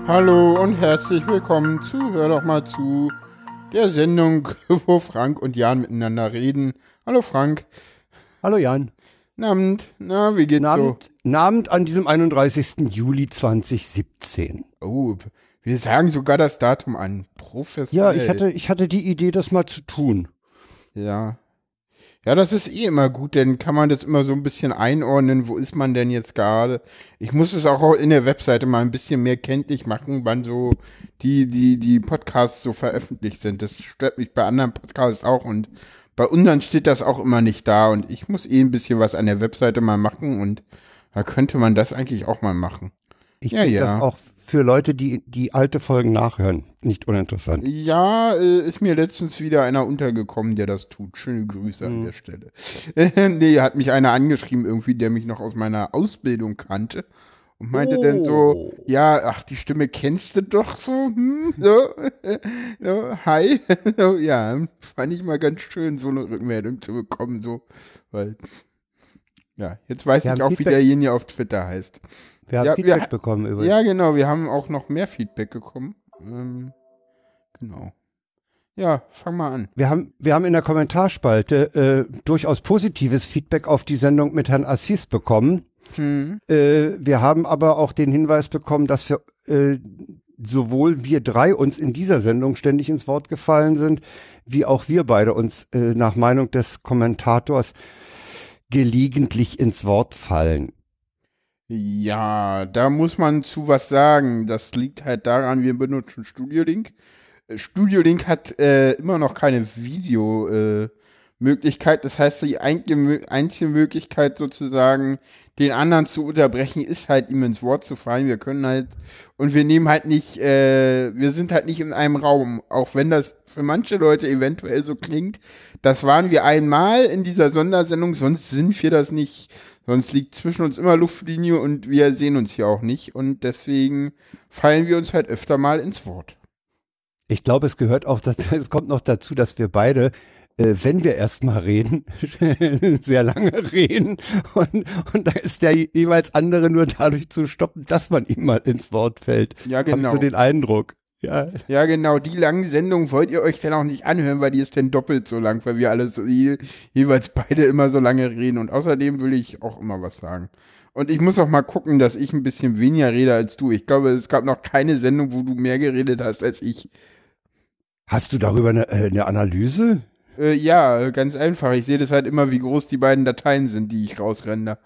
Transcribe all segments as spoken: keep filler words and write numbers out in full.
Hallo und herzlich willkommen zu Hör doch mal zu, der Sendung, wo Frank und Jan miteinander reden. Hallo Frank. Hallo Jan. Abend. Na, wie geht's Abend, so? Abend an diesem einunddreißigsten Juli zweitausendsiebzehn. Oh, wir sagen sogar das Datum an. Ja, Professionell. ich hatte, ich hatte die Idee, das mal zu tun. Ja. Ja, das ist eh immer gut, denn kann man das immer so ein bisschen einordnen, wo ist man denn jetzt gerade? Ich muss es auch in der Webseite mal ein bisschen mehr kenntlich machen, wann so die, die, die Podcasts so veröffentlicht sind. Das stört mich bei anderen Podcasts auch und bei unseren steht das auch immer nicht da und ich muss eh ein bisschen was an der Webseite mal machen und da könnte man das eigentlich auch mal machen. Ich Ja, finde ja. das auch für Leute, die die alte Folgen nachhören, nicht uninteressant. Ja, äh, ist mir letztens wieder einer untergekommen, der das tut. Schöne Grüße an Mhm. der Stelle. Nee, hat mich einer angeschrieben irgendwie, der mich noch aus meiner Ausbildung kannte und meinte dann so, Oh. ja, ach, die Stimme kennst du doch so, hm, so, so, hi. So, ja, fand ich mal ganz schön, so eine Rückmeldung zu bekommen, so, weil, ja, jetzt weiß Wir ich haben auch, wie Feedback- derjenige auf Twitter heißt. Wir haben Ja, Feedback wir- bekommen über. Ja, genau, wir haben auch noch mehr Feedback bekommen. Ähm, genau. Ja, fang mal an. Wir haben, wir haben in der Kommentarspalte äh, durchaus positives Feedback auf die Sendung mit Herrn Assis bekommen. Hm. Äh, wir haben aber auch den Hinweis bekommen, dass wir äh, sowohl wir drei uns in dieser Sendung ständig ins Wort gefallen sind, wie auch wir beide uns äh, nach Meinung des Kommentators gelegentlich ins Wort fallen. Ja, da muss man zu was sagen. Das liegt halt daran, wir benutzen Studio Link. Äh, Studio Link hat äh, immer noch keine Video-Möglichkeit. Äh, Möglichkeit. Das heißt, die einzige, Mö- einzige Möglichkeit sozusagen, den anderen zu unterbrechen, ist halt ihm ins Wort zu fallen. Wir können halt, und wir nehmen halt nicht, äh, wir sind halt nicht in einem Raum. Auch wenn das für manche Leute eventuell so klingt. Das waren wir einmal in dieser Sondersendung, sonst sind wir das nicht. Sonst liegt zwischen uns immer Luftlinie und wir sehen uns hier auch nicht. Und deswegen fallen wir uns halt öfter mal ins Wort. Ich glaube, es gehört auch, dazu, es kommt noch dazu, dass wir beide, äh, wenn wir erstmal reden, sehr lange reden und, und da ist der jeweils andere nur dadurch zu stoppen, dass man ihm mal ins Wort fällt. Ja, Hab ich genau. so den Eindruck. Ja. Ja, genau. Die langen Sendungen wollt ihr euch dann auch nicht anhören, weil die ist dann doppelt so lang, weil wir alle so, je, jeweils beide immer so lange reden. Und außerdem will ich auch immer was sagen. Und ich muss auch mal gucken, dass ich ein bisschen weniger rede als du. Ich glaube, es gab noch keine Sendung, wo du mehr geredet hast als ich. Hast du darüber eine, äh, eine Analyse? Äh, ja, ganz einfach. Ich sehe das halt immer, wie groß die beiden Dateien sind, die ich rausrender.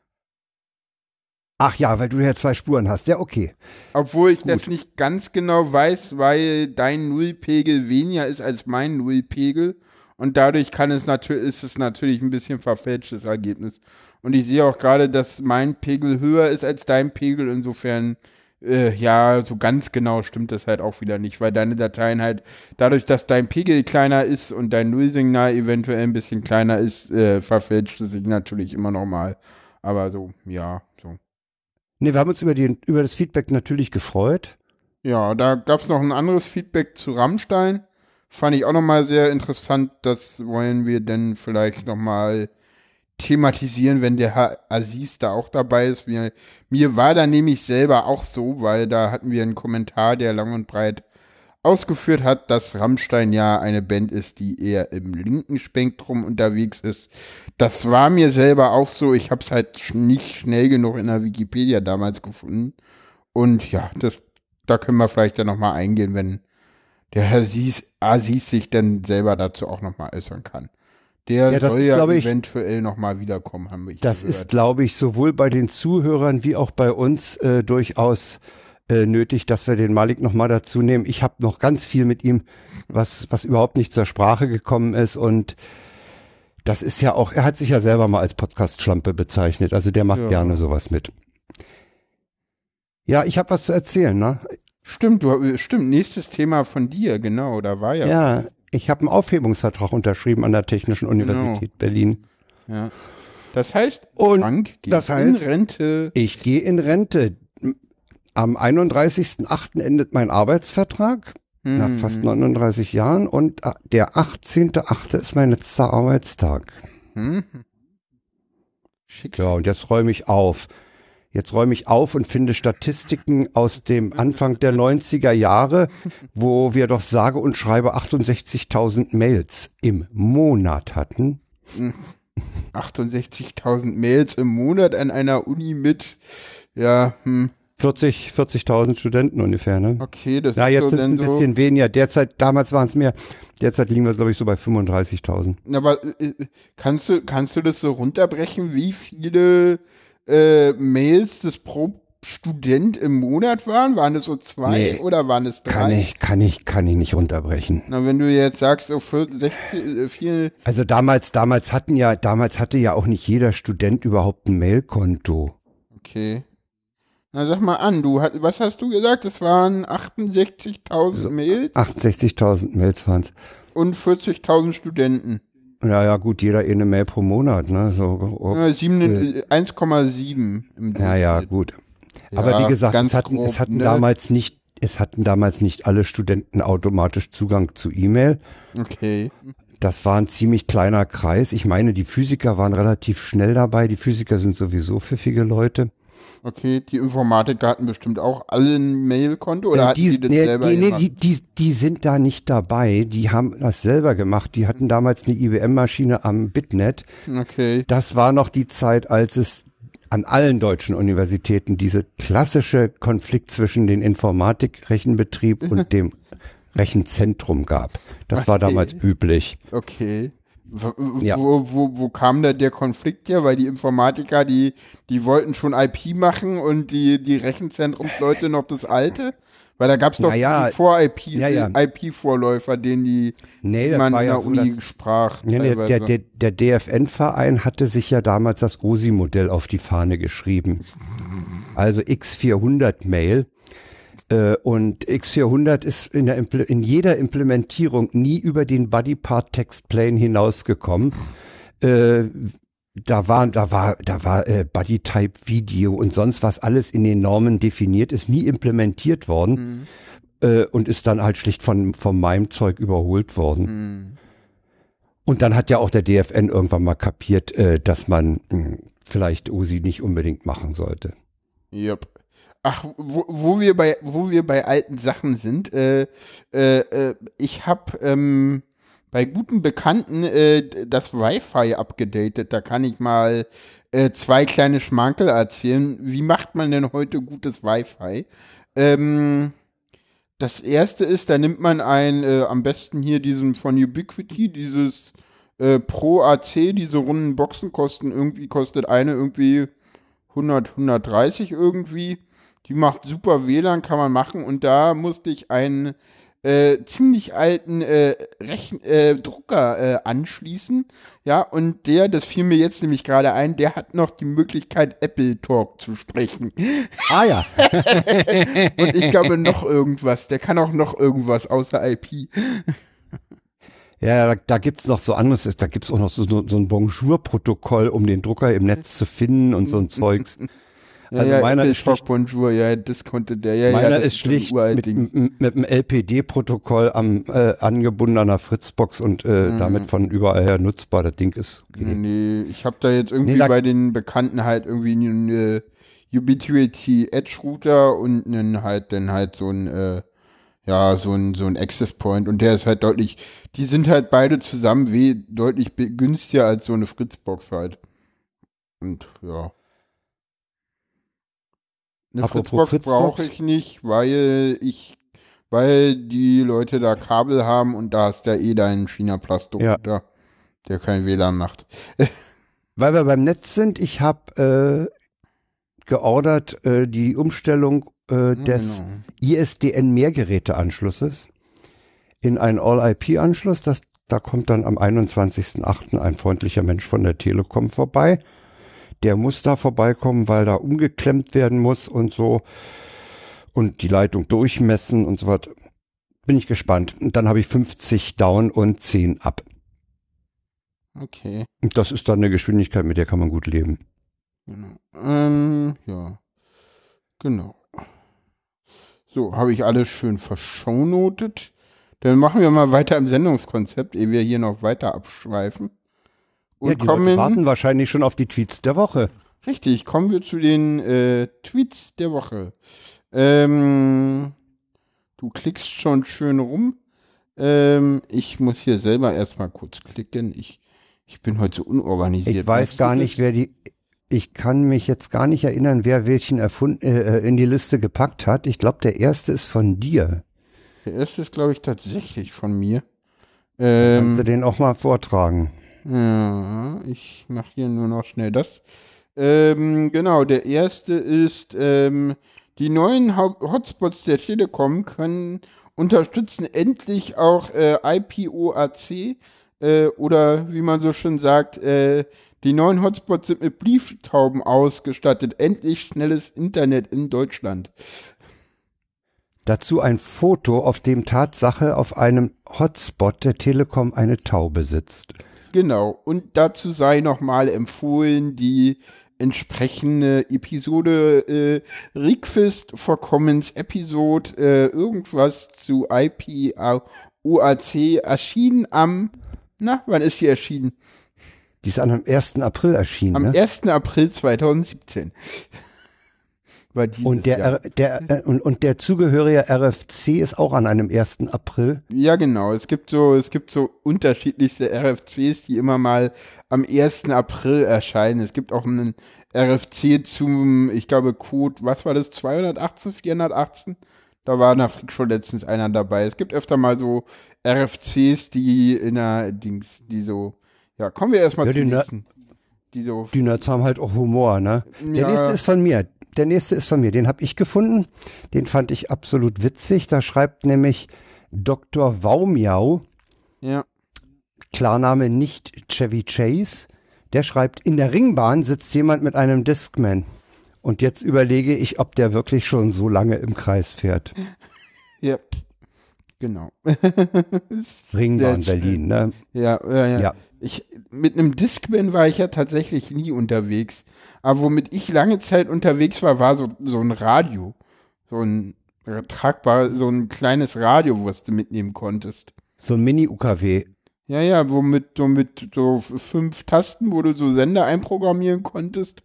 Ach ja, weil du ja zwei Spuren hast. Ja, okay. Obwohl ich Gut. das nicht ganz genau weiß, weil dein Nullpegel weniger ist als mein Nullpegel. Und dadurch kann es natürlich, ist es natürlich ein bisschen verfälschtes Ergebnis. Und ich sehe auch gerade, dass mein Pegel höher ist als dein Pegel. Insofern, äh, ja, so ganz genau stimmt das halt auch wieder nicht, weil deine Dateien halt, dadurch, dass dein Pegel kleiner ist und dein Nullsignal eventuell ein bisschen kleiner ist, äh, verfälscht es sich natürlich immer noch mal. Aber so, ja, so. Nee, wir haben uns über, die, über das Feedback natürlich gefreut. Ja, da gab es noch ein anderes Feedback zu Rammstein. Fand ich auch nochmal sehr interessant. Das wollen wir dann vielleicht nochmal thematisieren, wenn der Herr Aziz da auch dabei ist. Mir, mir war da nämlich selber auch so, weil da hatten wir einen Kommentar, der lang und breit ausgeführt hat, dass Rammstein ja eine Band ist, die eher im linken Spektrum unterwegs ist. Das war mir selber auch so. Ich habe es halt sch- nicht schnell genug in der Wikipedia damals gefunden. Und ja, das, da können wir vielleicht dann nochmal eingehen, wenn der Herr Aziz, Aziz sich dann selber dazu auch nochmal äußern kann. Der Ja, das soll ist, ja glaube ich- eventuell nochmal wiederkommen, haben wir Das gehört. ist, glaube ich, sowohl bei den Zuhörern wie auch bei uns äh, durchaus äh, nötig, dass wir den Malik nochmal dazu nehmen. Ich habe noch ganz viel mit ihm, was, was überhaupt nicht zur Sprache gekommen ist. Und das ist ja auch, er hat sich ja selber mal als Podcast-Schlampe bezeichnet. Also der macht Ja. gerne sowas mit. Ja, ich habe was zu erzählen, ne? Stimmt, du, stimmt, nächstes Thema von dir, genau, da war ja. Ja, ich habe einen Aufhebungsvertrag unterschrieben an der Technischen Universität Berlin. ja. Das heißt, Und Frank geht das heißt- in Rente. Ich gehe in Rente. Am einunddreißigsten achten endet mein Arbeitsvertrag, nach Hm. fast neununddreißig Jahren, und äh, der achtzehnte achte ist mein letzter Arbeitstag. Hm. Schick. Ja, und jetzt räume ich auf. Jetzt räume ich auf und finde Statistiken aus dem Anfang der neunziger Jahre, wo wir doch sage und schreibe achtundsechzigtausend Mails im Monat hatten. achtundsechzigtausend Mails im Monat an einer Uni mit, ja, hm. vierzig, vierzigtausend Studenten ungefähr, ne? Okay, das ja, ist jetzt so sind es ein so bisschen weniger. Derzeit, damals waren es mehr. Derzeit liegen wir, glaube ich, so bei fünfunddreißigtausend. Aber äh, kannst du, kannst du das so runterbrechen, wie viele äh, Mails das pro Student im Monat waren? Waren es so zwei Nee, oder waren es drei? Kann ich, kann ich, kann ich nicht runterbrechen. Na, wenn du jetzt sagst, so vierzig, sechzig, viel. Also damals, damals hatten ja, damals hatte ja auch nicht jeder Student überhaupt ein Mailkonto. Okay. Na, sag mal an, du hat, was hast du gesagt? Das waren achtundsechzigtausend Also, Mails achtundsechzigtausend Mails waren es. und vierzigtausend Studenten. Ja, ja, gut, jeder eh eine Mail pro Monat, ne? So, ob, Ja, sieben, äh, eins Komma sieben im ja, ja, Durchschnitt. gut. Ja, Aber wie gesagt, ganz es hatten, grob, es hatten ne? damals nicht, es hatten damals nicht alle Studenten automatisch Zugang zu E-Mail. Okay. Das war ein ziemlich kleiner Kreis. Ich meine, die Physiker waren relativ schnell dabei. Die Physiker sind sowieso pfiffige Leute. Okay, die Informatiker hatten bestimmt auch alle ein Mailkonto oder Äh, hatten die, die, das nee, selber die, nee, gemacht? die, die, die sind da nicht dabei. Die haben das selber gemacht. Die hatten damals eine I B M-Maschine am Bitnet. Okay. Das war noch die Zeit, als es an allen deutschen Universitäten diese klassische Konflikt zwischen den Informatik-Rechenbetrieb und dem Rechenzentrum gab. Das war damals üblich. Okay. Wo, Ja. wo, wo, wo kam da der Konflikt her? Weil die Informatiker, die, die wollten schon I P machen und die, die Rechenzentrumsleute noch das alte? Weil da gab es doch Naja, die Vor-I P, ja, ja. I P-Vorläufer, denen die Nee, das man war in ja der so, Uni dass- sprach. Ja, der, der, teilweise. der, der D F N-Verein hatte sich ja damals das O S I-Modell auf die Fahne geschrieben. Also X vierhundert Mail. Äh, und X vierhundert ist in, der, Impl- in jeder Implementierung nie über den Bodypart-Text-Plane hinausgekommen. Äh, da war, da war, da war äh, Bodytype-Video und sonst was alles in den Normen definiert, ist nie implementiert worden. Mhm. äh, und ist dann halt schlicht von, von meinem Zeug überholt worden. Mhm. Und dann hat ja auch der D F N irgendwann mal kapiert, äh, dass man mh, vielleicht O S I nicht unbedingt machen sollte. Yep. Ach, wo, wo wir bei wo wir bei alten Sachen sind, äh, äh, äh, ich habe ähm, bei guten Bekannten äh, das Wi-Fi abgedatet. Da kann ich mal äh, zwei kleine Schmankerl erzählen. Wie macht man denn heute gutes Wi-Fi? Ähm, das erste ist, da nimmt man ein, äh, am besten hier diesen von Ubiquiti, dieses äh, Pro A C, diese runden Boxen kosten irgendwie, kostet eine irgendwie hundert, hundertdreißig irgendwie. Die macht super W L A N, kann man machen. Und da musste ich einen äh, ziemlich alten äh, Rechen äh, Drucker äh, anschließen. Ja, und der, das fiel mir jetzt nämlich gerade ein, der hat noch die Möglichkeit, Apple Talk zu sprechen. Ah ja. Und ich glaube noch irgendwas. Der kann auch noch irgendwas außer I P. Ja, da, da gibt's noch so anderes, da gibt's auch noch so, so, so ein Bonjour-Protokoll, um den Drucker im Netz zu finden und so ein Zeugs. Ja, Also ja, meiner Apple ist schlicht, Talk Bonjour, ja, das konnte der. Ja, meiner ja, das ist so ein schlicht uralt mit, Ding. m- mit einem L P D-Protokoll am äh, angebundener Fritzbox und äh, Mhm. damit von überall her nutzbar. Das Ding ist okay. Nee, ich habe da jetzt irgendwie Nee, da- bei den Bekannten halt irgendwie einen äh, Ubiquiti Edge Router und einen halt dann halt so ein äh, ja, so ein so ein Access Point und der ist halt deutlich, die sind halt beide zusammen weh deutlich be- günstiger als so eine Fritzbox halt. Und ja. Eine Apropos Fritzbox brauche Fritzbox. ich nicht, weil ich weil die Leute da Kabel haben und da hast du ja eh deinen China-Plastik-Router, Ja. der kein W L A N macht. Weil wir beim Netz sind, ich habe äh, geordert äh, die Umstellung äh, des Genau. I S D N-Mehrgeräteanschlusses in einen All-I P-Anschluss. Das, da kommt dann am einundzwanzigsten achten ein freundlicher Mensch von der Telekom vorbei. Der muss da vorbeikommen, weil da umgeklemmt werden muss und so und die Leitung durchmessen und so weiter. Bin ich gespannt. Und dann habe ich fünfzig down und zehn up. Okay. Und das ist dann eine Geschwindigkeit, mit der kann man gut leben. Genau. Ähm, ja. Genau. So, habe ich alles schön verschaunotet. Dann machen wir mal weiter im Sendungskonzept, ehe wir hier noch weiter abschweifen. Und Ja, die kommen. Leute warten wahrscheinlich schon auf die Tweets der Woche. Richtig, kommen wir zu den äh, Tweets der Woche. Ähm, du klickst schon schön rum. Ähm, ich muss hier selber erstmal kurz klicken. Ich, ich bin heute so unorganisiert. Ich weiß gar nicht, wer die, ich kann mich jetzt gar nicht erinnern, wer welchen erfunden, äh, in die Liste gepackt hat. Ich glaube, der erste ist von dir. Der erste ist, glaube ich, tatsächlich von mir. Ähm, Kannst du Ähm, den auch mal vortragen? ja, ich mache hier nur noch schnell das. Ähm, genau, der erste ist, ähm, die neuen Hau- Hotspots der Telekom können unterstützen endlich auch äh, I P O A C äh, oder wie man so schön sagt, äh, die neuen Hotspots sind mit Brieftauben ausgestattet. Endlich schnelles Internet in Deutschland. Dazu ein Foto, auf dem Tatsache auf einem Hotspot der Telekom eine Taube sitzt. Genau, und dazu sei nochmal empfohlen, die entsprechende Episode äh, Request for Commons Episode äh, irgendwas zu I P O A C erschienen am, na, wann ist sie erschienen? Die ist am ersten April erschienen, Am ne? ersten April zweitausendsiebzehn. War dieses Und der, Jahr. R- der, äh, und, und der zugehörige R F C ist auch an einem ersten April. Ja, genau. Es gibt so, es gibt so unterschiedlichste R F Cs, die immer mal am ersten April erscheinen. Es gibt auch einen R F C zum, ich glaube, Code, was war das, zweihundertachtzehn, vierhundertachtzehn? Da war in der Freakshow letztens einer dabei. Es gibt öfter mal so R F Cs, die in der Dings, die so, ja, kommen wir erstmal Ja, zum die Ner- nächsten. Die so, Die Nerds haben halt auch Humor, ne? Der Ja. nächste ist von mir. Der nächste ist von mir. Den habe ich gefunden. Den fand ich absolut witzig. Da schreibt nämlich Doktor Waumiau, ja, Klarname nicht Chevy Chase. Der schreibt, in der Ringbahn sitzt jemand mit einem Discman. Und jetzt überlege ich, ob der wirklich schon so lange im Kreis fährt. ja, genau. Ringbahn Sehr schön. Berlin, ne? Ja, ja, ja. Ja. Ich, mit einem Discman war ich ja tatsächlich nie unterwegs. Aber womit ich lange Zeit unterwegs war, war so, so ein Radio. So ein äh, tragbar, so ein kleines Radio, was du mitnehmen konntest. So ein Mini-U K W. Ja, ja, womit so mit so f- fünf Tasten, wo du so Sender einprogrammieren konntest.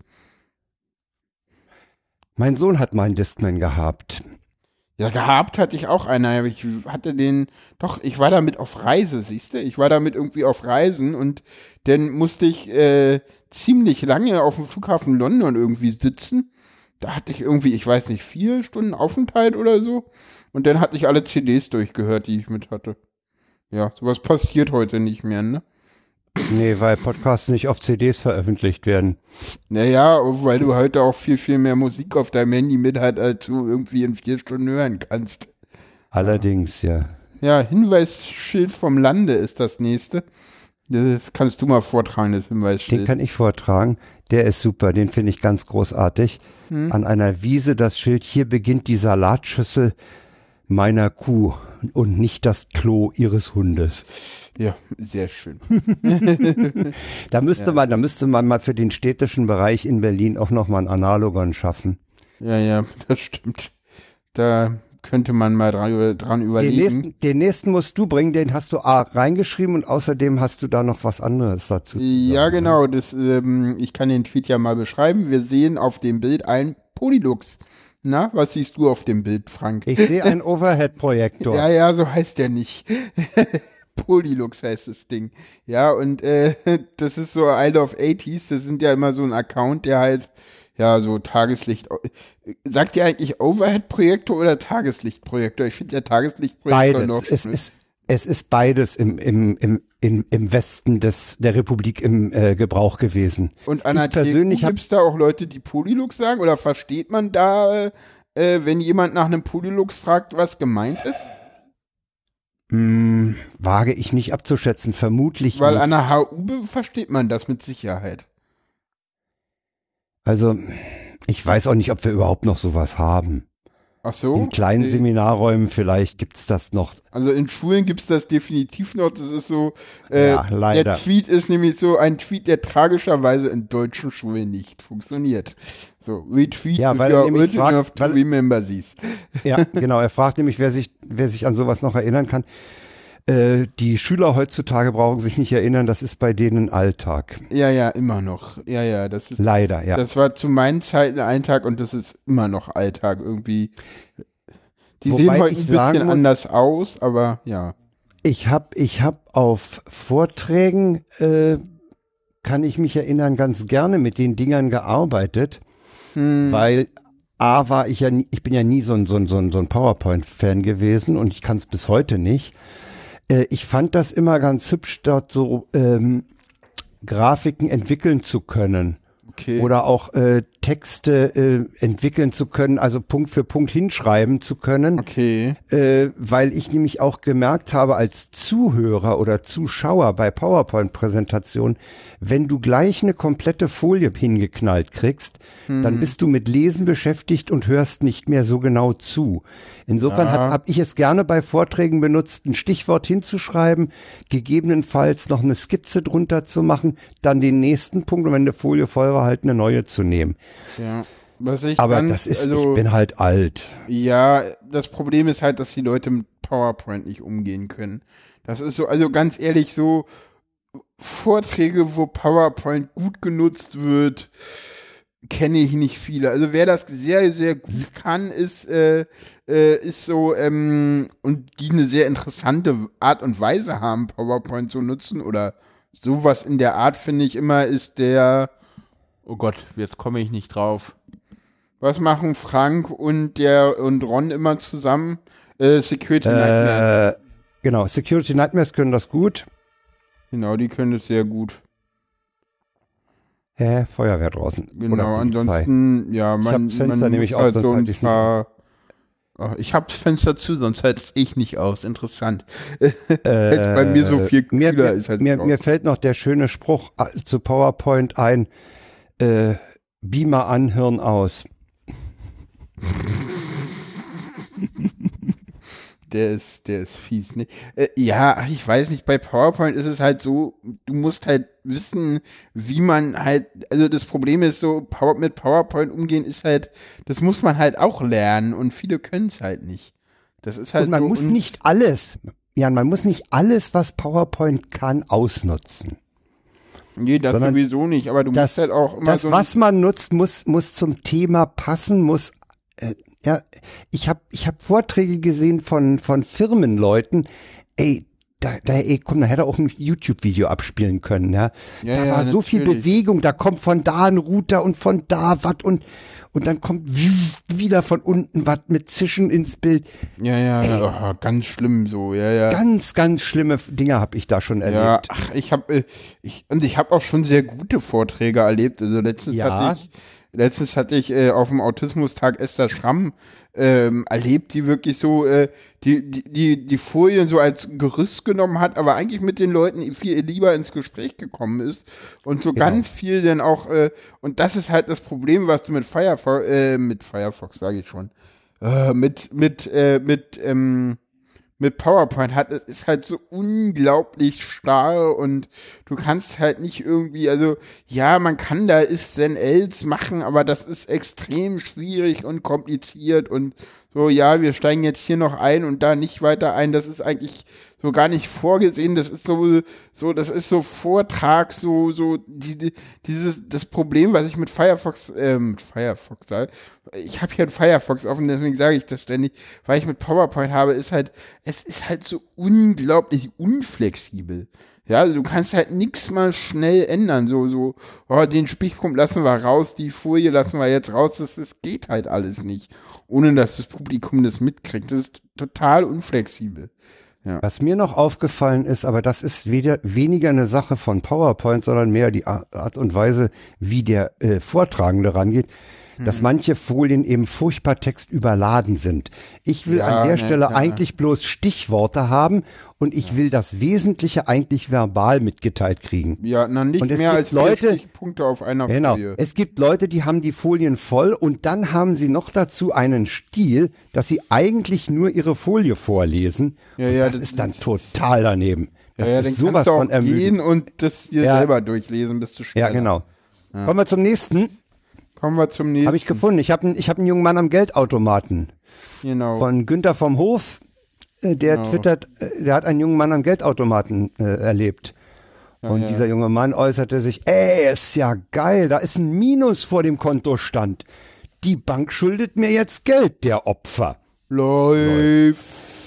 Mein Sohn hat meinen Discman gehabt. Ja, gehabt hatte ich auch einer. Ich hatte den, doch, ich war damit auf Reise, siehst du? Ich war damit irgendwie auf Reisen und dann musste ich äh, ziemlich lange auf dem Flughafen London irgendwie sitzen. Da hatte ich irgendwie, ich weiß nicht, vier Stunden Aufenthalt oder so. Und dann hatte ich alle C Ds durchgehört, die ich mit hatte. Ja, sowas passiert heute nicht mehr, ne? Nee, weil Podcasts nicht auf C Ds veröffentlicht werden. Naja, weil du heute auch viel, viel mehr Musik auf deinem Handy mit hast, als du irgendwie in vier Stunden hören kannst. Allerdings, ja. Ja, Hinweisschild vom Lande ist das nächste. Das kannst du mal vortragen, das Hinweisschild. Den kann ich vortragen. Der ist super, den finde ich ganz großartig. Hm. An einer Wiese das Schild, hier beginnt die Salatschüssel meiner Kuh und nicht das Klo ihres Hundes. Ja, sehr schön. Da müsste Ja. man, da müsste man mal für den städtischen Bereich in Berlin auch nochmal ein Analogon schaffen. Ja, ja, das stimmt. Da könnte man mal dran, dran Den überlegen. nächsten, den nächsten musst du bringen, den hast du A reingeschrieben und außerdem hast du da noch was anderes dazu. zu Ja, sagen, genau. Das, ähm, ich kann den Tweet ja mal beschreiben. Wir sehen auf dem Bild einen Polylux. Na, was siehst du auf dem Bild, Frank? Ich sehe einen Overhead-Projektor. Ja, ja, so heißt der nicht. Polylux heißt das Ding. Ja, und äh, das ist so Isle of achtziger. Das sind ja immer so ein Account, der halt, ja, so Tageslicht. Sagt ihr eigentlich Overhead-Projektor oder Tageslichtprojektor? Ich finde ja Tageslichtprojektor Beides. noch Es schöner. ist, es ist beides im, im, im, im, im Westen des, der Republik im äh, Gebrauch gewesen. Und an der ich persönlich hab- gibt es da auch Leute, die Polylux sagen? Oder versteht man da, äh, wenn jemand nach einem Polylux fragt, was gemeint ist? Hm, wage ich nicht abzuschätzen, vermutlich Weil nicht. an der H U versteht man das mit Sicherheit. Also, ich weiß auch nicht, ob wir überhaupt noch sowas haben. Ach so? In kleinen Okay. Seminarräumen vielleicht gibt's das noch. Also in Schulen gibt es das definitiv noch. Das ist so, äh, Ja, leider. der Tweet ist nämlich so ein Tweet, der tragischerweise in deutschen Schulen nicht funktioniert. So, retweet Ja, with weil er your nämlich old fragt- enough to weil- remember these. Ja, genau. Er fragt nämlich, wer sich, wer sich an sowas noch erinnern kann. Äh, die Schüler heutzutage brauchen sich nicht erinnern, das ist bei denen Alltag. Ja, ja, immer noch. Ja, ja, das ist. Leider, ja. Das war zu meinen Zeiten Alltag und das ist immer noch Alltag irgendwie. Die Wobei sehen heute ich ein sagen bisschen muss, anders aus, aber ja. Ich habe ich hab auf Vorträgen, äh, kann ich mich erinnern, ganz gerne mit den Dingern gearbeitet, Hm. weil A war ich ja, nie, ich bin ja nie so ein, so ein, so ein, so ein PowerPoint-Fan gewesen und ich kann es bis heute nicht. Äh, ich fand das immer ganz hübsch, dort so ähm, Grafiken entwickeln zu können. Okay. Oder auch äh, Texte äh, entwickeln zu können, also Punkt für Punkt hinschreiben zu können. Okay. Äh, weil ich nämlich auch gemerkt habe als Zuhörer oder Zuschauer bei PowerPoint-Präsentationen, wenn du gleich eine komplette Folie hingeknallt kriegst, hm. dann bist du mit Lesen beschäftigt und hörst nicht mehr so genau zu. Insofern Ja. habe hab ich es gerne bei Vorträgen benutzt, ein Stichwort hinzuschreiben, gegebenenfalls noch eine Skizze drunter zu machen, dann den nächsten Punkt und wenn eine Folie voll war, halt eine neue zu nehmen. Ja. Was ich Aber ganz, das ist, also, ich bin halt alt. Ja, das Problem ist halt, dass die Leute mit PowerPoint nicht umgehen können. Das ist so, also ganz ehrlich, so Vorträge, wo PowerPoint gut genutzt wird, kenne ich nicht viele. Also wer das sehr, sehr gut kann, ist, äh, äh, ist so, ähm, und die eine sehr interessante Art und Weise haben, PowerPoint zu nutzen oder sowas in der Art, finde ich immer, ist der, oh Gott, jetzt komme ich nicht drauf. Was machen Frank und der und Ron immer zusammen? Äh, Security Nightmares. Äh, genau, Security Nightmares können das gut. Genau, die können es sehr gut. Hä, Feuerwehr draußen. Genau, Oder Polizei. ansonsten, ja, man, Ich hab das Fenster man nämlich muss auf, halt sonst so ein halte ich's nicht paar. Ach, ich hab das Fenster zu, sonst halte ich nicht aus. Interessant. Äh, bei mir so viel kühler mir, mir, ist halt mir, drauf. mir fällt noch der schöne Spruch äh, zu PowerPoint ein, äh, Beamer an, Hirn aus. Der ist, der ist fies, ne? Äh, ja, ach, ich weiß nicht, bei PowerPoint ist es halt so, du musst halt wissen, wie man halt, also das Problem ist so, Power, mit PowerPoint umgehen ist halt, das muss man halt auch lernen und viele können es halt nicht. Das ist halt Und man so, muss und, nicht alles, Jan, man muss nicht alles, was PowerPoint kann, ausnutzen. Nee, das sondern sowieso nicht, aber du das, musst halt auch immer das, so. was man nutzt, muss, muss zum Thema passen, muss, äh, ja, ich habe ich hab Vorträge gesehen von, von Firmenleuten, ey, da, da, ey, komm, da hätte er auch ein YouTube-Video abspielen können, ja. Ja, da ja, war so viel natürlich. Bewegung, da kommt von da ein Router und von da was und, und dann kommt wieder von unten was mit Zischen ins Bild. Ja, ja, oh, ganz schlimm so, ja, ja. Ganz, ganz schlimme Dinge habe ich da schon Ja, erlebt. ach, ich habe, äh, ich, und ich habe auch schon sehr gute Vorträge erlebt. Also letztens Ja. hatte ich, letztens hatte ich äh, auf dem Autismustag Esther Schramm ähm, erlebt, die wirklich so, äh, die, die, die, die Folien so als Gerüst genommen hat, aber eigentlich mit den Leuten viel lieber ins Gespräch gekommen ist und so Genau. ganz viel dann auch, äh, und das ist halt das Problem, was du mit Firefox, äh, mit Firefox sage ich schon, äh, mit, mit, äh, mit, ähm, mit PowerPoint hat, es ist halt so unglaublich starr und du kannst halt nicht irgendwie, also ja, man kann da ist then else machen, aber das ist extrem schwierig und kompliziert und so, ja, wir steigen jetzt hier noch ein und da nicht weiter ein, das ist eigentlich so gar nicht vorgesehen, das ist so, so, das ist so Vortrag, so, so, die, die, dieses, das Problem, was ich mit Firefox, ähm, mit Firefox sage, ich habe hier einen Firefox offen, deswegen sage ich das ständig, weil ich mit PowerPoint habe, ist halt, es ist halt so unglaublich unflexibel. Ja, also du kannst halt nichts mal schnell ändern, so, so, oh, den Stichpunkt lassen wir raus, die Folie lassen wir jetzt raus, das, das geht halt alles nicht, ohne dass das Publikum das mitkriegt, das ist total unflexibel. Ja. Was mir noch aufgefallen ist, aber das ist weder, weniger eine Sache von PowerPoint, sondern mehr die Art und Weise, wie der äh, Vortragende rangeht, hm. dass manche Folien eben furchtbar textüberladen sind. Ich will Ja, an der ne, Stelle ja. eigentlich bloß Stichworte haben und ich ja. will das Wesentliche eigentlich verbal mitgeteilt kriegen. Ja, na nicht und es mehr gibt als Leute, vierzig Punkte auf einer genau, Folie. es gibt Leute, die haben die Folien voll und dann haben sie noch dazu einen Stil, dass sie eigentlich nur ihre Folie vorlesen. Ja, und ja, das, das ist dann ist- total daneben. Das Ja, ja, ist dann sowas kannst du auch von ermüdend. gehen und das dir Ja. selber durchlesen, bist du schneller. Ja, genau. Kommen wir zum nächsten. Kommen wir zum nächsten. Habe ich gefunden. Ich habe einen ich hab einen jungen Mann am Geldautomaten Genau. von Günther vom Hof. äh, der Genau. twittert, äh, der hat einen jungen Mann am Geldautomaten äh, erlebt. Ja, Und ja. dieser junge Mann äußerte sich, ey, ist ja geil, da ist ein Minus vor dem Kontostand. Die Bank schuldet mir jetzt Geld, der Opfer. Läuft.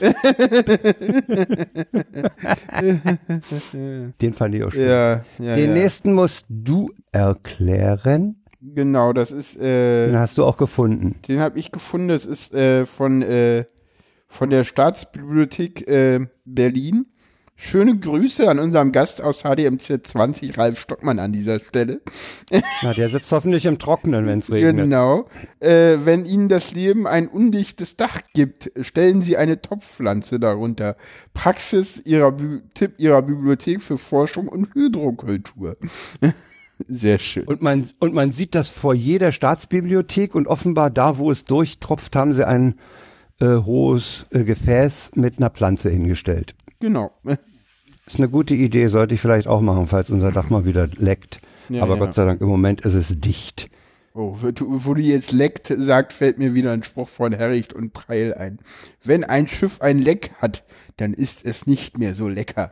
Den fand ich auch schön. Ja, ja, Den ja. nächsten musst du erklären. Genau, das ist, äh, Den hast du auch gefunden. den habe ich gefunden, das ist äh, von, äh, von der Staatsbibliothek äh, Berlin. Schöne Grüße an unserem Gast aus H D M Z zwanzig, Ralf Stockmann an dieser Stelle. Na, der sitzt hoffentlich im Trockenen, wenn es regnet. Genau. Äh, wenn Ihnen das Leben ein undichtes Dach gibt, stellen Sie eine Topfpflanze darunter. Praxis ihrer Bi- Tipp Ihrer Bibliothek für Forschung und Hydrokultur. Sehr schön. Und man, und man sieht das Foyer der Staatsbibliothek und offenbar da, wo es durchtropft, haben sie ein äh, hohes äh, Gefäß mit einer Pflanze hingestellt. Genau. Ist eine gute Idee, sollte ich vielleicht auch machen, falls unser Dach mal wieder leckt. Ja, Aber ja. Gott sei Dank, im Moment ist es dicht. Oh, wo du, wo du jetzt leckt, sagt, fällt mir wieder ein Spruch von Herricht und Preil ein. Wenn ein Schiff ein Leck hat, dann ist es nicht mehr so lecker.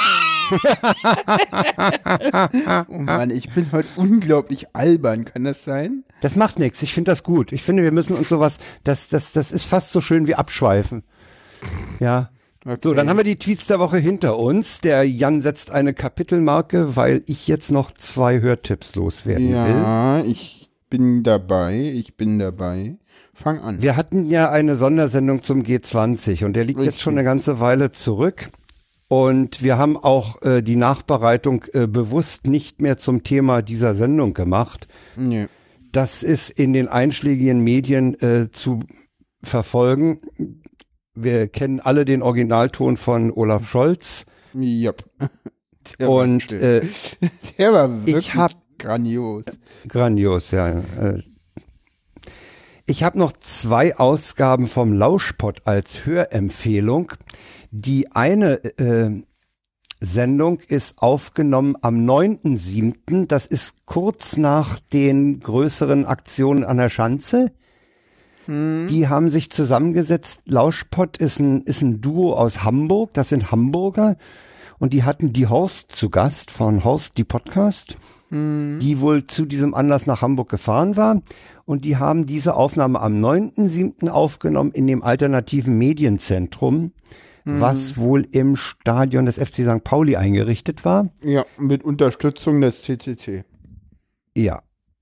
Oh Mann, ich bin heute unglaublich albern, kann das sein? Das macht nichts, ich finde das gut. Ich finde, wir müssen uns sowas, das, das, das ist fast so schön wie abschweifen. Ja. Okay. So, dann haben wir die Tweets der Woche hinter uns. Der Jan setzt eine Kapitelmarke, weil ich jetzt noch zwei Hörtipps loswerden will. Ja, ich bin dabei, ich bin dabei. Fang an. Wir hatten ja eine Sondersendung zum G zwanzig und der liegt Richtig. jetzt schon eine ganze Weile zurück. Und wir haben auch äh, die Nachbereitung äh, bewusst nicht mehr zum Thema dieser Sendung gemacht. Nee. Das ist in den einschlägigen Medien äh, zu verfolgen. Wir kennen alle den Originalton von Olaf Scholz. Yep. Der war Und schön. äh, Der war wirklich ich hab- grandios. grandios, ja. Äh, ich habe noch zwei Ausgaben vom Lauschpod als Hörempfehlung. Die eine äh, Sendung ist aufgenommen am neunten siebten Das ist kurz nach den größeren Aktionen an der Schanze. Die haben sich zusammengesetzt. Lauschpod ist ein, ist ein Duo aus Hamburg. Das sind Hamburger. Und die hatten die Horst zu Gast von Horst, die Podcast, die wohl zu diesem Anlass nach Hamburg gefahren war. Und die haben diese Aufnahme am neunten siebten aufgenommen in dem alternativen Medienzentrum, was wohl im Stadion des F C Sankt Pauli eingerichtet war. Ja, mit Unterstützung des C C C. Ja.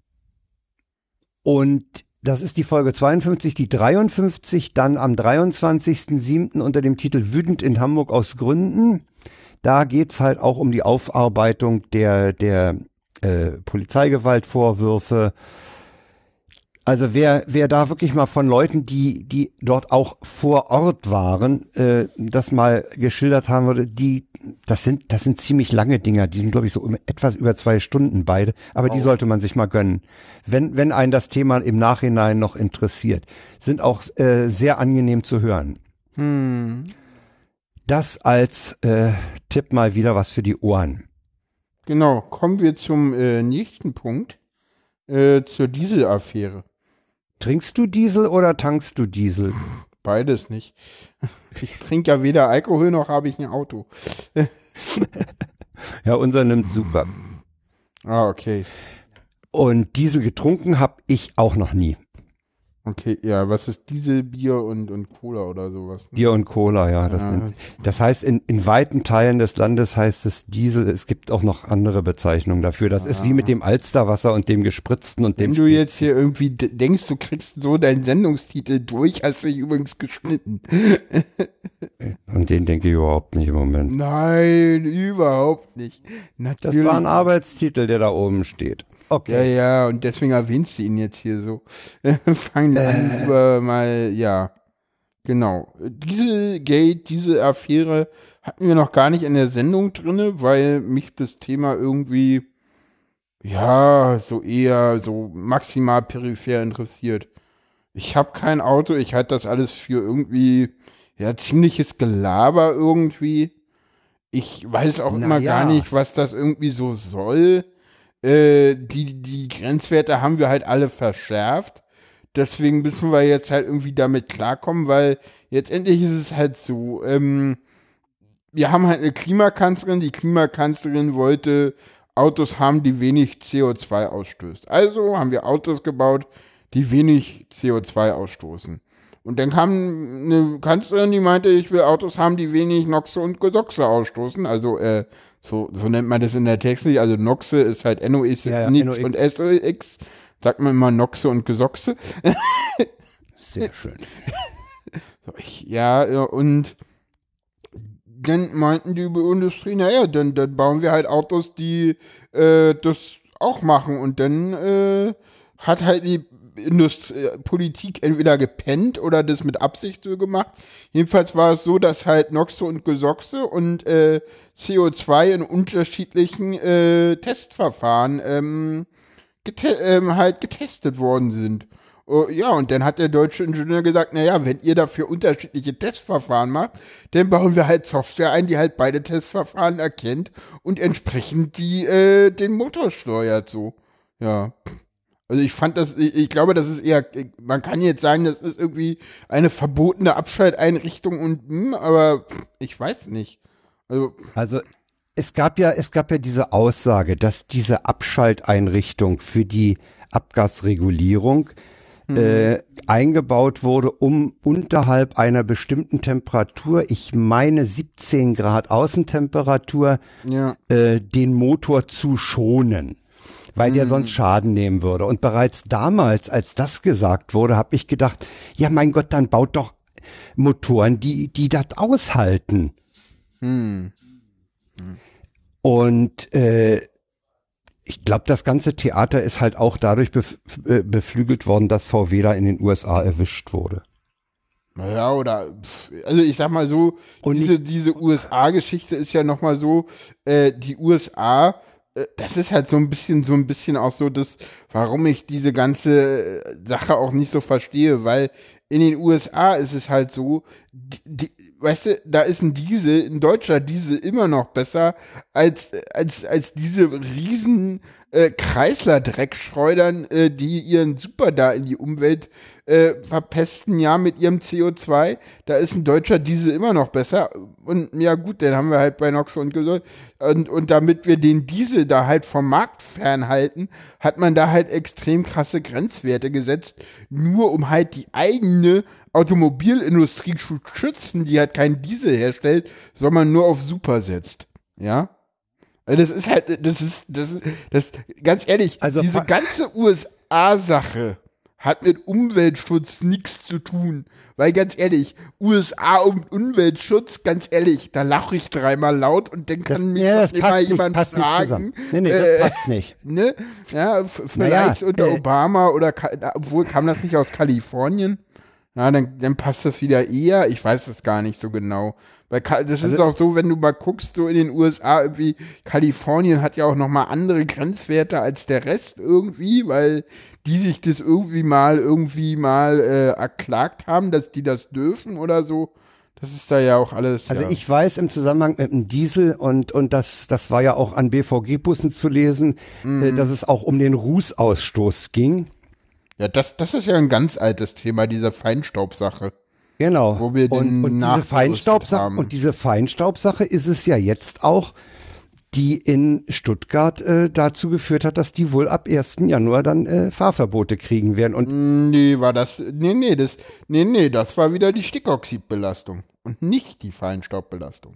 Und das ist die Folge zweiundfünfzig, die dreiundfünfzig, dann am dreiundzwanzigsten siebten unter dem Titel Wütend in Hamburg aus Gründen. Da geht's halt auch um die Aufarbeitung der, der äh, Polizeigewaltvorwürfe. Also wer, wer da wirklich mal von Leuten, die, die dort auch vor Ort waren, äh, das mal geschildert haben würde, die, das sind, das sind ziemlich lange Dinger, die sind glaube ich so um, etwas über zwei Stunden beide, aber die sollte man sich mal gönnen, wenn, wenn einen das Thema im Nachhinein noch interessiert. Sind auch äh, sehr angenehm zu hören. Hm. Das als äh, Tipp mal wieder was für die Ohren. Genau, kommen wir zum äh, nächsten Punkt, äh, zur Dieselaffäre. Trinkst du Diesel oder tankst du Diesel? Beides nicht. Ich trinke ja weder Alkohol noch habe ich ein Auto. Ja, unser nimmt super. Ah, okay. Und Diesel getrunken habe ich auch noch nie. Okay, ja, was ist Diesel, Bier und, und Cola oder sowas? Ne? Bier und Cola, ja. Das, Ja. nennt, das heißt, in, in weiten Teilen des Landes heißt es Diesel. Es gibt auch noch andere Bezeichnungen dafür. Das ist wie mit dem Alsterwasser und dem gespritzten und dem Wenn du Sprit. jetzt hier irgendwie d- denkst, du kriegst so deinen Sendungstitel durch, hast du dich übrigens geschnitten. Und den denke ich überhaupt nicht im Moment. Nein, überhaupt nicht. Das Natürlich. war ein Arbeitstitel, der da oben steht. Ja, Okay. ja, und deswegen erwähnst du ihn jetzt hier so. Fangen wir an, über mal, ja, genau. Diese Gate, diese Affäre hatten wir noch gar nicht in der Sendung drinne, weil mich das Thema irgendwie, ja, so eher so maximal peripher interessiert. Ich habe kein Auto, ich halte das alles für irgendwie, ja, ziemliches Gelaber irgendwie. Ich weiß auch Na immer ja. gar nicht, was das irgendwie so soll. Äh, die, die Grenzwerte haben wir halt alle verschärft. deswegen müssen wir jetzt halt irgendwie damit klarkommen, weil jetzt endlich ist es halt so, ähm, wir haben halt eine Klimakanzlerin, die Klimakanzlerin wollte Autos haben, die wenig C O zwei ausstößt. Also haben wir Autos gebaut, die wenig C O zwei ausstoßen. Und dann kam eine Kanzlerin, die meinte, ich will Autos haben, die wenig Noxe und Gesoxe ausstoßen. Also, äh, so, so nennt man das in der Technik. Also Noxe ist halt N O X ja, ja, nix N O X. Und S O X. Sagt man immer Noxe und Gesoxe. Sehr schön. So, ich, ja, und dann meinten die Industrie, naja, dann, dann bauen wir halt Autos, die äh, das auch machen. Und dann äh, hat halt die Indust äh, Politik entweder gepennt oder das mit Absicht so gemacht. Jedenfalls war es so, dass halt Noxe und Gesoxe und äh, C O zwei in unterschiedlichen äh, Testverfahren ähm, gete ähm, halt getestet worden sind. Uh, ja, und dann hat der deutsche Ingenieur gesagt, naja, wenn ihr dafür unterschiedliche Testverfahren macht, dann bauen wir halt Software ein, die halt beide Testverfahren erkennt und entsprechend die äh, den Motor steuert so. Ja. Also ich fand das, ich, ich glaube, das ist eher, man kann jetzt sagen, das ist irgendwie eine verbotene Abschalteinrichtung und, hm, aber ich weiß nicht. Also, Also es gab ja, es gab ja diese Aussage, dass diese Abschalteinrichtung für die Abgasregulierung mhm. äh, eingebaut wurde, um unterhalb einer bestimmten Temperatur, ich meine siebzehn Grad Außentemperatur, ja. äh, den Motor zu schonen, weil der sonst Schaden nehmen würde. Und bereits damals, als das gesagt wurde, habe ich gedacht, ja mein Gott, dann baut doch Motoren, die die das aushalten. Hm. Hm. Und äh, ich glaube, das ganze Theater ist halt auch dadurch bef äh, beflügelt worden, dass V W da in den U S A erwischt wurde. Naja, oder, also ich sag mal so, Und diese, diese U S A-Geschichte ist ja nochmal so, äh, die U S A, das ist halt so ein bisschen, so ein bisschen auch so das, warum ich diese ganze Sache auch nicht so verstehe, weil in den U S A ist es halt so, die, die, weißt du, da ist ein Diesel, ein deutscher Diesel immer noch besser als, als, als diese riesen äh, Chrysler-Dreckschleudern, äh, die ihren Super da in die Umwelt äh, verpesten, ja, mit ihrem C O zwei. Da ist ein deutscher Diesel immer noch besser. Und ja gut, den haben wir halt bei Noxe und Gesäuse. Und, und damit wir den Diesel da halt vom Markt fernhalten, hat man da halt extrem krasse Grenzwerte gesetzt, nur um halt die eigene Automobilindustrie zu schützen, die halt keinen Diesel herstellt, sondern nur auf Super setzt. Ja? Das ist halt, das ist, das ist, das, ganz ehrlich, also diese ganze U S A-Sache hat mit Umweltschutz nichts zu tun. Weil ganz ehrlich, U S A und Umweltschutz, ganz ehrlich, da lache ich dreimal laut und dann kann das, mich ja, noch immer jemand nicht, fragen. Nee, nee, das äh, passt nicht. Ne? Ja, vielleicht naja, unter äh, Obama oder, obwohl, kam das nicht aus Kalifornien? Ja, dann, dann passt das wieder eher. Ich weiß das gar nicht so genau. Weil das ist also, auch so, wenn du mal guckst, so in den U S A, irgendwie, Kalifornien hat ja auch nochmal andere Grenzwerte als der Rest irgendwie, weil die sich das irgendwie mal, irgendwie mal äh, erklagt haben, dass die das dürfen oder so. Das ist da ja auch alles. Also ja. ich weiß im Zusammenhang mit dem Diesel und, und das, das war ja auch an B V G-Bussen zu lesen, mhm. äh, dass es auch um den Rußausstoß ging. Ja, das, das ist ja ein ganz altes Thema, diese Feinstaubsache. Genau. Wo wir den und, und diese Feinstaubsache und diese Feinstaubsache ist es ja jetzt auch, die in Stuttgart äh, dazu geführt hat, dass die wohl ab ersten Januar dann äh, Fahrverbote kriegen werden. Und nee, war das, nee, nee, das, nee, nee, das war wieder die Stickoxidbelastung und nicht die Feinstaubbelastung.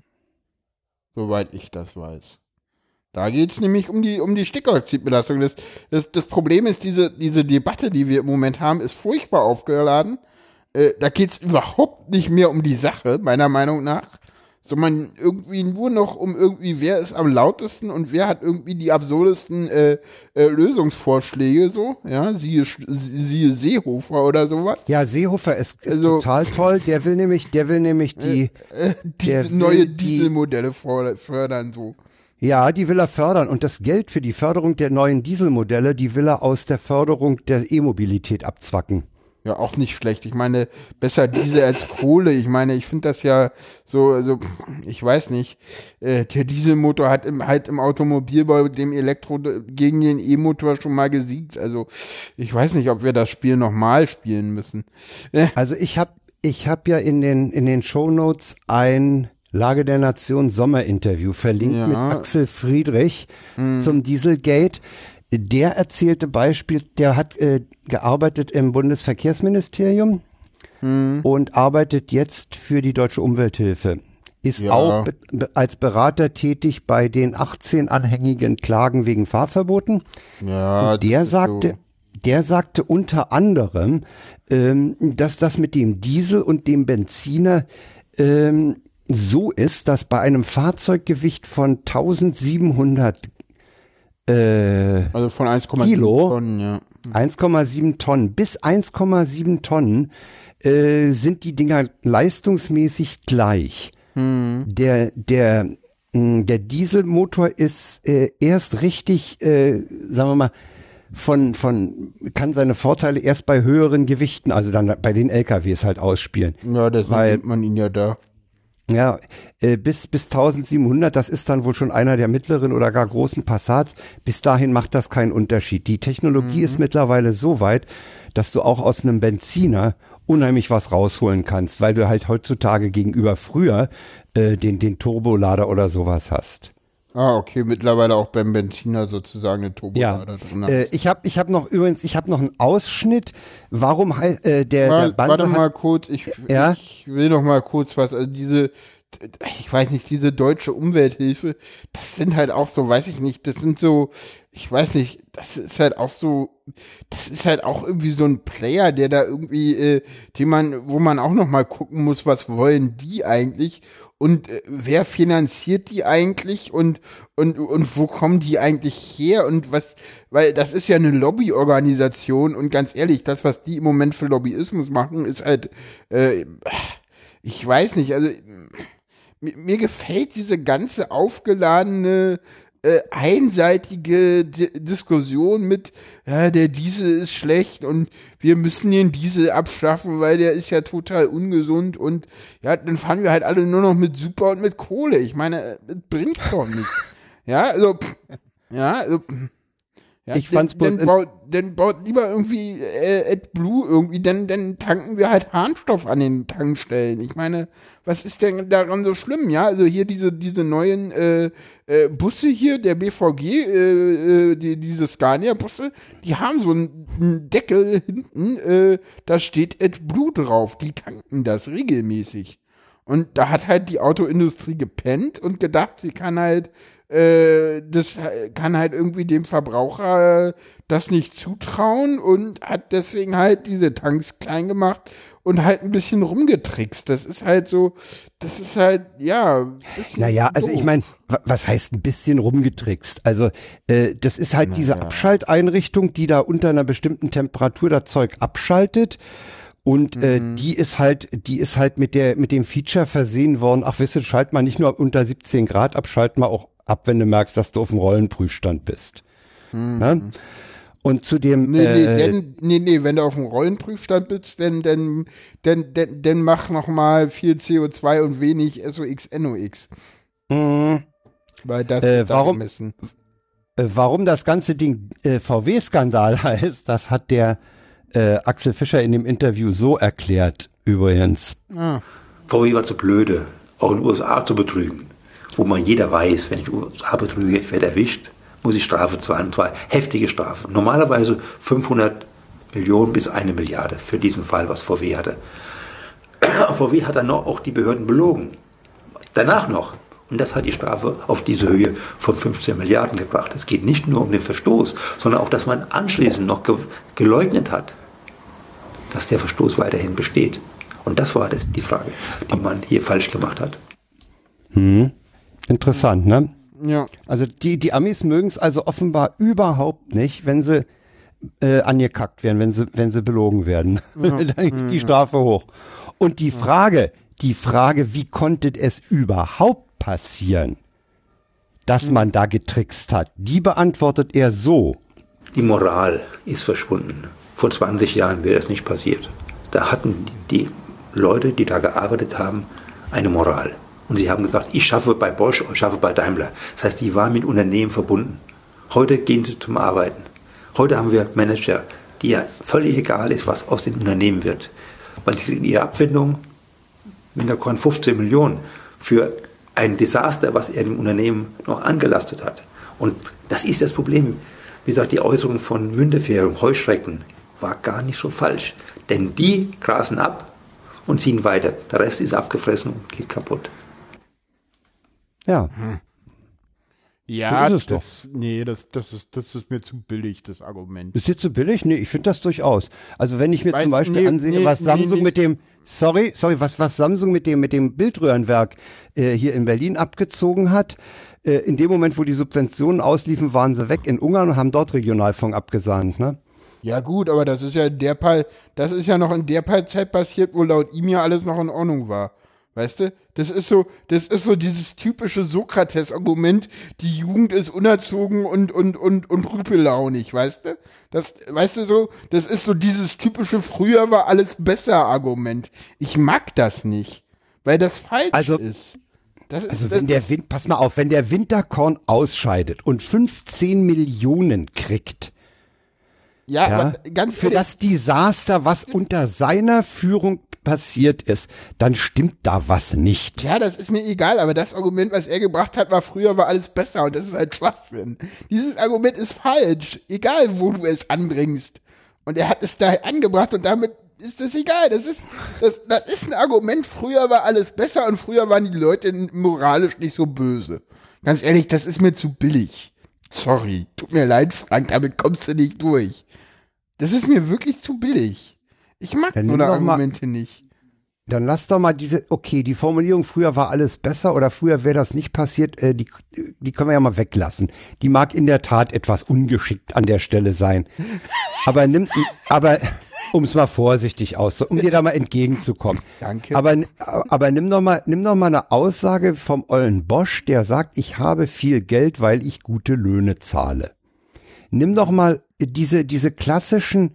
Soweit ich das weiß. Da geht's nämlich um die, um die Stickoxidbelastung. Das, das, das Problem ist, diese, diese Debatte, die wir im Moment haben, ist furchtbar aufgeladen. Äh, da geht's überhaupt nicht mehr um die Sache, meiner Meinung nach. Sondern irgendwie nur noch um irgendwie, wer ist am lautesten und wer hat irgendwie die absurdesten äh, äh, Lösungsvorschläge, so, ja, siehe, siehe Seehofer oder sowas. Ja, Seehofer ist, ist Also, total toll. Der will nämlich, der will nämlich die, äh, äh, diese neue Dieselmodelle fördern, so. Ja, die will er fördern und das Geld für die Förderung der neuen Dieselmodelle, die will er aus der Förderung der E-Mobilität abzwacken. Ja, auch nicht schlecht. Ich meine, besser Diesel als Kohle. Ich meine, ich finde das ja so, also, ich weiß nicht. Äh, der Dieselmotor hat im, halt im Automobilbau dem Elektro gegen den E-Motor schon mal gesiegt. Also, ich weiß nicht, ob wir das Spiel nochmal spielen müssen. Äh. Also, ich habe ich hab ja in den, in den Shownotes ein Lage der Nation Sommerinterview verlinkt Ja. mit Axel Friedrich Mhm. zum Dieselgate. Der erzählte Beispiel, der hat äh, gearbeitet im Bundesverkehrsministerium Mhm. und arbeitet jetzt für die Deutsche Umwelthilfe. Ist Ja. auch be be als Berater tätig bei den achtzehn anhängigen Klagen wegen Fahrverboten. Ja, Und der das ist sagte, so. der sagte unter anderem, ähm, dass das mit dem Diesel und dem Benziner ähm, so ist, dass bei einem Fahrzeuggewicht von tausendsiebenhundert äh, Also von eins Komma sieben Kilo, Tonnen, ja. eins Komma sieben Tonnen bis eins Komma sieben Tonnen äh, sind die Dinger leistungsmäßig gleich. Hm. Der, der, mh, der Dieselmotor ist äh, erst richtig, äh, sagen wir mal, von, von, kann seine Vorteile erst bei höheren Gewichten, also dann bei den L K Ws halt ausspielen. Ja, deswegen Weil- nimmt man ihn ja da. Ja, äh, bis, bis tausendsiebenhundert, das ist dann wohl schon einer der mittleren oder gar großen Passats. Bis dahin macht das keinen Unterschied. Die Technologie ist mittlerweile so weit, dass du auch aus einem Benziner unheimlich was rausholen kannst, weil du halt heutzutage gegenüber früher äh, den, den Turbolader oder sowas hast. Ah, okay, mittlerweile auch beim Benziner sozusagen eine Turbolader drin. Äh, ich habe ich hab noch übrigens, ich habe noch einen Ausschnitt, warum halt äh, der, der Warte, Banzer warte hat, mal kurz, ich, Ja? ich will noch mal kurz was, also diese, ich weiß nicht, diese deutsche Umwelthilfe, das sind halt auch so, weiß ich nicht, das sind so, ich weiß nicht, das ist halt auch so, das ist halt auch irgendwie so ein Player, der da irgendwie, äh, den man, wo man auch noch mal gucken muss, was wollen die eigentlich und äh, wer finanziert die eigentlich und und und wo kommen die eigentlich her und was, weil das ist ja eine Lobbyorganisation und ganz ehrlich, das was die im Moment für Lobbyismus machen, ist halt äh, ich weiß nicht, also mir, mir gefällt diese ganze aufgeladene äh, einseitige D Diskussion mit, ja, der Diesel ist schlecht und wir müssen den Diesel abschaffen, weil der ist ja total ungesund und ja, dann fahren wir halt alle nur noch mit Super und mit Kohle. Ich meine, das bringt's doch nicht. Ja, also, pff, ja, also, pff, ja, Ich fand's bloß dann, in- dann, baut, dann baut lieber irgendwie äh, AdBlue irgendwie, dann, dann tanken wir halt Harnstoff an den Tankstellen. Ich meine, was ist denn daran so schlimm? Ja, also hier diese, diese neuen äh, äh, Busse hier, der B V G, äh, äh, die, diese Scania-Busse, die haben so einen, einen Deckel hinten, äh, da steht AdBlue drauf. Die tanken das regelmäßig. Und da hat halt die Autoindustrie gepennt und gedacht, sie kann halt, äh, das kann halt irgendwie dem Verbraucher äh, das nicht zutrauen und hat deswegen halt diese Tanks klein gemacht und halt ein bisschen rumgetrickst. Das ist halt so, das ist halt, ja. ein bisschen Naja, also doof. ich meine, wa- was heißt ein bisschen rumgetrickst? Also äh, das ist halt diese Naja. Abschalteinrichtung, die da unter einer bestimmten Temperatur das Zeug abschaltet. Und äh, Mhm. die ist halt, die ist halt mit der, mit dem Feature versehen worden. Ach, wisst ihr, schalt mal nicht nur unter siebzehn Grad ab, schalt mal auch ab, wenn du merkst, dass du auf dem Rollenprüfstand bist. Ne? Und zu dem, Mhm. Nee, nee, äh, denn, nee, nee, wenn du auf dem Rollenprüfstand bist, dann, dann, dann, dann, dann mach noch mal viel C O zwei und wenig S O X, N O X. mh, Weil das Äh, wird da warum- gemessen. Äh, warum das ganze Ding äh, V W-Skandal heißt, das hat der äh, Axel Fischer in dem Interview so erklärt, übrigens. Ah, V W war zu blöde, auch in den U S A zu betrügen. Wo man jeder weiß, wenn ich U S A betrüge, ich werde erwischt, muss ich Strafe zahlen, und zwar heftige Strafe. Normalerweise fünfhundert Millionen bis eine Milliarde für diesen Fall, was V W hatte. V W hat dann noch auch die Behörden belogen. Danach noch. Und das hat die Strafe auf diese Höhe von fünfzehn Milliarden gebracht. Es geht nicht nur um den Verstoß, sondern auch, dass man anschließend noch ge geleugnet hat, dass der Verstoß weiterhin besteht. Und das war das, die Frage, die man hier falsch gemacht hat. Hm. Interessant, ne? ja. Also die, die Amis mögen es also offenbar überhaupt nicht, wenn sie äh, angekackt werden, wenn sie, wenn sie belogen werden. Dann geht die Strafe hoch. Und die Frage, die Frage, wie konnte es überhaupt passieren, dass man da getrickst hat, die beantwortet er so. Die Moral ist verschwunden. Vor zwanzig Jahren wäre das nicht passiert. Da hatten die Leute, die da gearbeitet haben, eine Moral. Und sie haben gesagt, ich schaffe bei Bosch und schaffe bei Daimler. Das heißt, die waren mit Unternehmen verbunden. Heute gehen sie zum Arbeiten. Heute haben wir Manager, die ja völlig egal ist, was aus den Unternehmen wird. Weil sie kriegen ihre Abfindung, Winterkorn fünfzehn Millionen, für ein Desaster, was er dem Unternehmen noch angelastet hat. Und das ist das Problem. Wie gesagt, die Äußerung von Müntefering, Heuschrecken, war gar nicht so falsch. Denn die grasen ab und ziehen weiter. Der Rest ist abgefressen und geht kaputt. Ja. Hm. Ja, so ist es das, doch. nee, das, das, ist, das ist mir zu billig, das Argument. Ist jetzt zu billig? Nee, ich finde das durchaus. Also wenn ich mir Weiß- zum Beispiel nee, ansehe, nee, was nee, Samsung nee. mit dem, sorry, sorry, was, was Samsung mit dem, mit dem Bildröhrenwerk äh, hier in Berlin abgezogen hat, äh, in dem Moment, wo die Subventionen ausliefen, waren sie weg in Ungarn und haben dort Regionalfonds abgesahnt, ne? Ja gut, aber das ist ja in der Fall, das ist ja noch in der Zeit passiert, wo laut ihm ja alles noch in Ordnung war. Weißt du? Das ist so, das ist so dieses typische Sokrates-Argument, die Jugend ist unerzogen und, und, und, und rüpellaunig, weißt du? Das, weißt du so, das ist so dieses typische früher war alles besser Argument. Ich mag das nicht, weil das falsch Also- ist. Das ist Also das, wenn der Wind, pass mal auf, wenn der Winterkorn ausscheidet und fünfzehn Millionen kriegt, ja, ja, aber ganz für ehrlich, das Desaster, was unter seiner Führung passiert ist, dann stimmt da was nicht. ja, das ist mir egal, aber das Argument, was er gebracht hat, war früher war alles besser und das ist halt Schwachsinn. Dieses Argument ist falsch, egal wo du es anbringst. Und er hat es da angebracht und damit ist das egal. Das ist, das, das ist ein Argument, früher war alles besser und früher waren die Leute moralisch nicht so böse. Ganz ehrlich, das ist mir zu billig. Sorry, tut mir leid, Frank, damit kommst du nicht durch. Das ist mir wirklich zu billig. Ich mag Dann so nimm eine doch mal- Argumente nicht. Dann lass doch mal diese, okay, die Formulierung früher war alles besser oder früher wäre das nicht passiert, äh, die, die können wir ja mal weglassen. Die mag in der Tat etwas ungeschickt an der Stelle sein. Aber nimm, aber um es mal vorsichtig aus, um dir da mal entgegenzukommen. Danke. Aber, aber nimm doch mal, nimm doch mal eine Aussage vom Ollen Bosch, der sagt, ich habe viel Geld, weil ich gute Löhne zahle. Nimm doch mal diese, diese klassischen,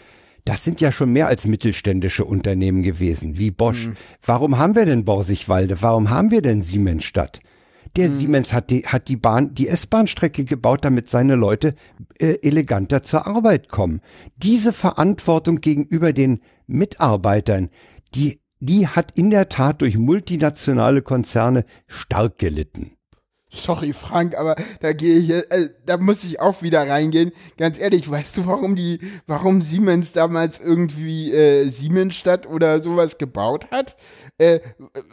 das sind ja schon mehr als mittelständische Unternehmen gewesen, wie Bosch. Mhm. Warum haben wir denn Borsigwalde? Warum haben wir denn Siemensstadt? Der Mhm. Siemens hat die, hat die Bahn, die S-Bahn-Strecke gebaut, damit seine Leute äh, eleganter zur Arbeit kommen. Diese Verantwortung gegenüber den Mitarbeitern, die, die hat in der Tat durch multinationale Konzerne stark gelitten. Sorry, Frank, aber da gehe ich, äh, da muss ich auch wieder reingehen. Ganz ehrlich, weißt du, warum die, warum Siemens damals irgendwie äh, Siemensstadt oder sowas gebaut hat? Äh,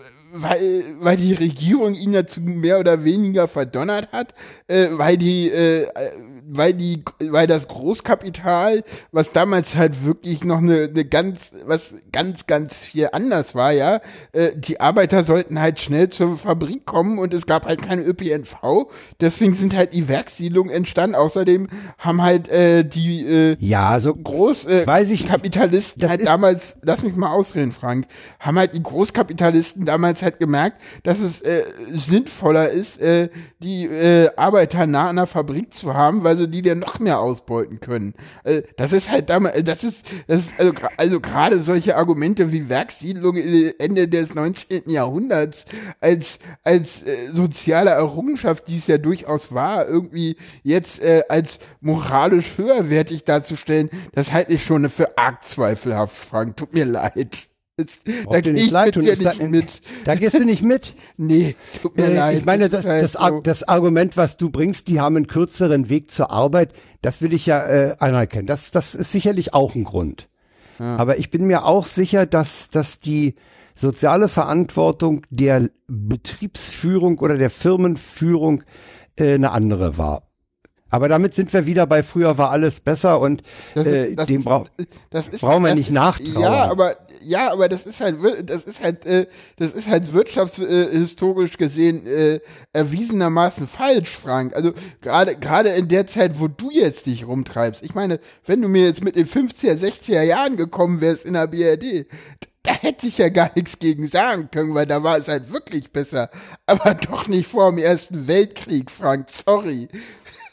weil, weil die Regierung ihn dazu mehr oder weniger verdonnert hat, äh, weil die, äh, weil die, weil das Großkapital, was damals halt wirklich noch eine, eine ganz, was ganz, ganz viel anders war, ja, äh, die Arbeiter sollten halt schnell zur Fabrik kommen und es gab halt keinen Ö P N V, deswegen sind halt die Werkssiedlungen entstanden. Außerdem haben halt äh, die äh, Ja, so Groß, äh, weiß ich- Kapitalisten das halt ist- damals, lass mich mal ausreden, Frank, haben halt die Großkapitalisten damals halt gemerkt, dass es äh, sinnvoller ist, äh, die äh, Arbeiter nah an der Fabrik zu haben, weil sie die dann noch mehr ausbeuten können. Äh, das ist halt damals, das ist, das ist also, gra- also gerade solche Argumente wie Werkssiedlung Ende des neunzehnten Jahrhunderts als, als äh, soziale Errungenschaft, die es ja durchaus war, irgendwie jetzt äh, als moralisch höherwertig darzustellen, das halte ich schon für arg zweifelhaft, Frank. Tut mir leid. Das, da Braucht dir gehe nicht ich leid mit tun, dir ist da- nicht mit. Da gehst du nicht mit. Nee, tut mir Äh, leid. ich meine, das, ist halt das, Ar- so. das Argument, was du bringst, die haben einen kürzeren Weg zur Arbeit, das will ich ja äh, anerkennen. Das, das ist sicherlich auch ein Grund. Aber ich bin mir auch sicher, dass, dass die soziale Verantwortung der Betriebsführung oder der Firmenführung äh, eine andere war. Aber damit sind wir wieder bei früher war alles besser und Das ist- äh, das dem ist- braucht das ist- brauchen wir das nicht ist- nachtrauern. Ja, aber ja, aber das ist halt wir- das ist halt äh, das ist halt wirtschaftshistorisch gesehen äh, erwiesenermaßen falsch, Frank. Also gerade gerade in der Zeit, wo du jetzt dich rumtreibst. Ich meine, wenn du mir jetzt mit den fünfziger, sechziger Jahren gekommen wärst in der B R D, da hätte ich ja gar nichts gegen sagen können, weil da war es halt wirklich besser. Aber doch nicht vor dem Ersten Weltkrieg, Frank. Sorry.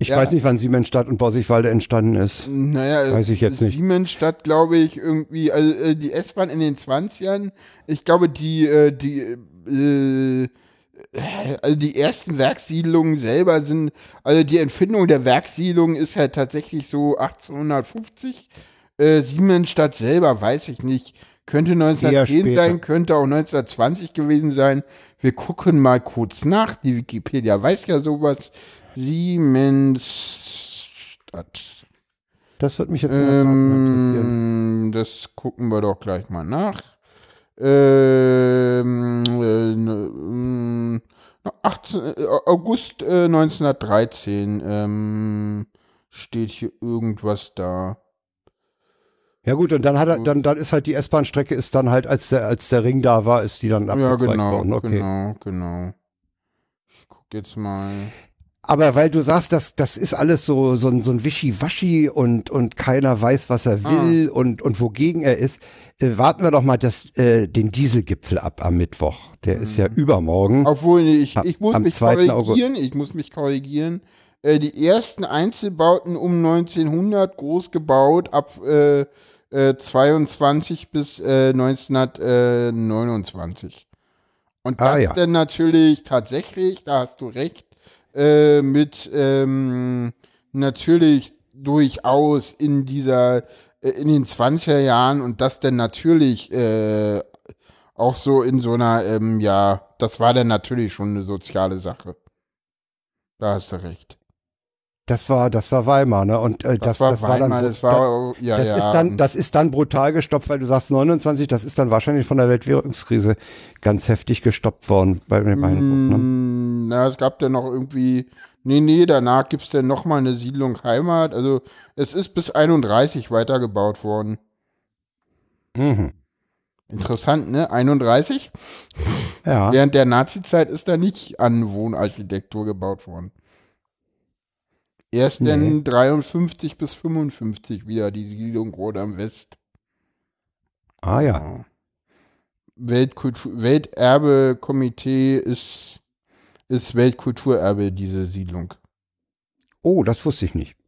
Ich Ja. weiß nicht, wann Siemensstadt und Borsigwalde entstanden ist. Naja, Weiß ich jetzt nicht. Siemensstadt, glaube ich, irgendwie, also äh, die S-Bahn in den zwanzigern, ich glaube, die, äh, die, äh, also die ersten Werkssiedlungen selber sind, also die Entfindung der Werkssiedlung ist halt tatsächlich so achtzehnhundertfünfzig. Äh, Siemensstadt selber, weiß ich nicht. Könnte neunzehnhundertzehn später. sein, könnte auch neunzehnhundertzwanzig gewesen sein. Wir gucken mal kurz nach. Die Wikipedia weiß ja sowas. Siemensstadt. Das wird mich jetzt in der Tat mal interessieren. Ähm, das gucken wir doch gleich mal nach. Ähm, äh, ne, äh, achtzehn, äh, August äh, neunzehnhundertdreizehn ähm, steht hier irgendwas da. Ja gut, und dann hat er, dann, dann ist halt die S-Bahn-Strecke ist dann halt, als der, als der Ring da war, ist die dann Ja, abgezweigt genau, worden. Okay. genau, genau. Ich guck jetzt mal. Aber weil du sagst, das, das ist alles so, so ein, so ein Wischiwaschi und, und keiner weiß, was er will und, und wogegen er ist, äh, warten wir doch mal das, äh, den Dieselgipfel ab am Mittwoch. Der ist ja übermorgen. Obwohl, nee, ich, ich muss Am mich zweiten August. korrigieren, ich muss mich korrigieren. Äh, die ersten Einzelbauten um neunzehnhundert groß gebaut, ab äh, äh, zweiundzwanzig bis äh, neunzehnhundertneunundzwanzig. Und das Ah, ja. dann natürlich tatsächlich, da hast du recht, äh, mit ähm, natürlich durchaus in dieser, äh, in den zwanziger Jahren und das dann natürlich äh, auch so in so einer, ähm, ja, das war dann natürlich schon eine soziale Sache. Da hast du recht. Das war, das war Weimar, ne? Und äh, Das, das, war das war Weimar, dann, das war, ja, das ja. ist dann, das ist dann brutal gestoppt, weil du sagst neunundzwanzig, das ist dann wahrscheinlich von der Weltwährungskrise ganz heftig gestoppt worden bei dem Eindruck, ne? Mm, na, es gab dann noch irgendwie, nee, nee, danach gibt's dann noch mal eine Siedlung Heimat. Also es ist bis einunddreißig weitergebaut worden. Mhm. Interessant, ne? einunddreißig? Ja. Während der Nazi-Zeit ist da nicht an Wohnarchitektur gebaut worden. Erst Nee. dann dreiundfünfzig bis fünfundfünfzig wieder die Siedlung Rot am West. Ah ja. Weltkultur, Welterbe-Komitee ist, ist Weltkulturerbe, diese Siedlung. Oh, das wusste ich nicht.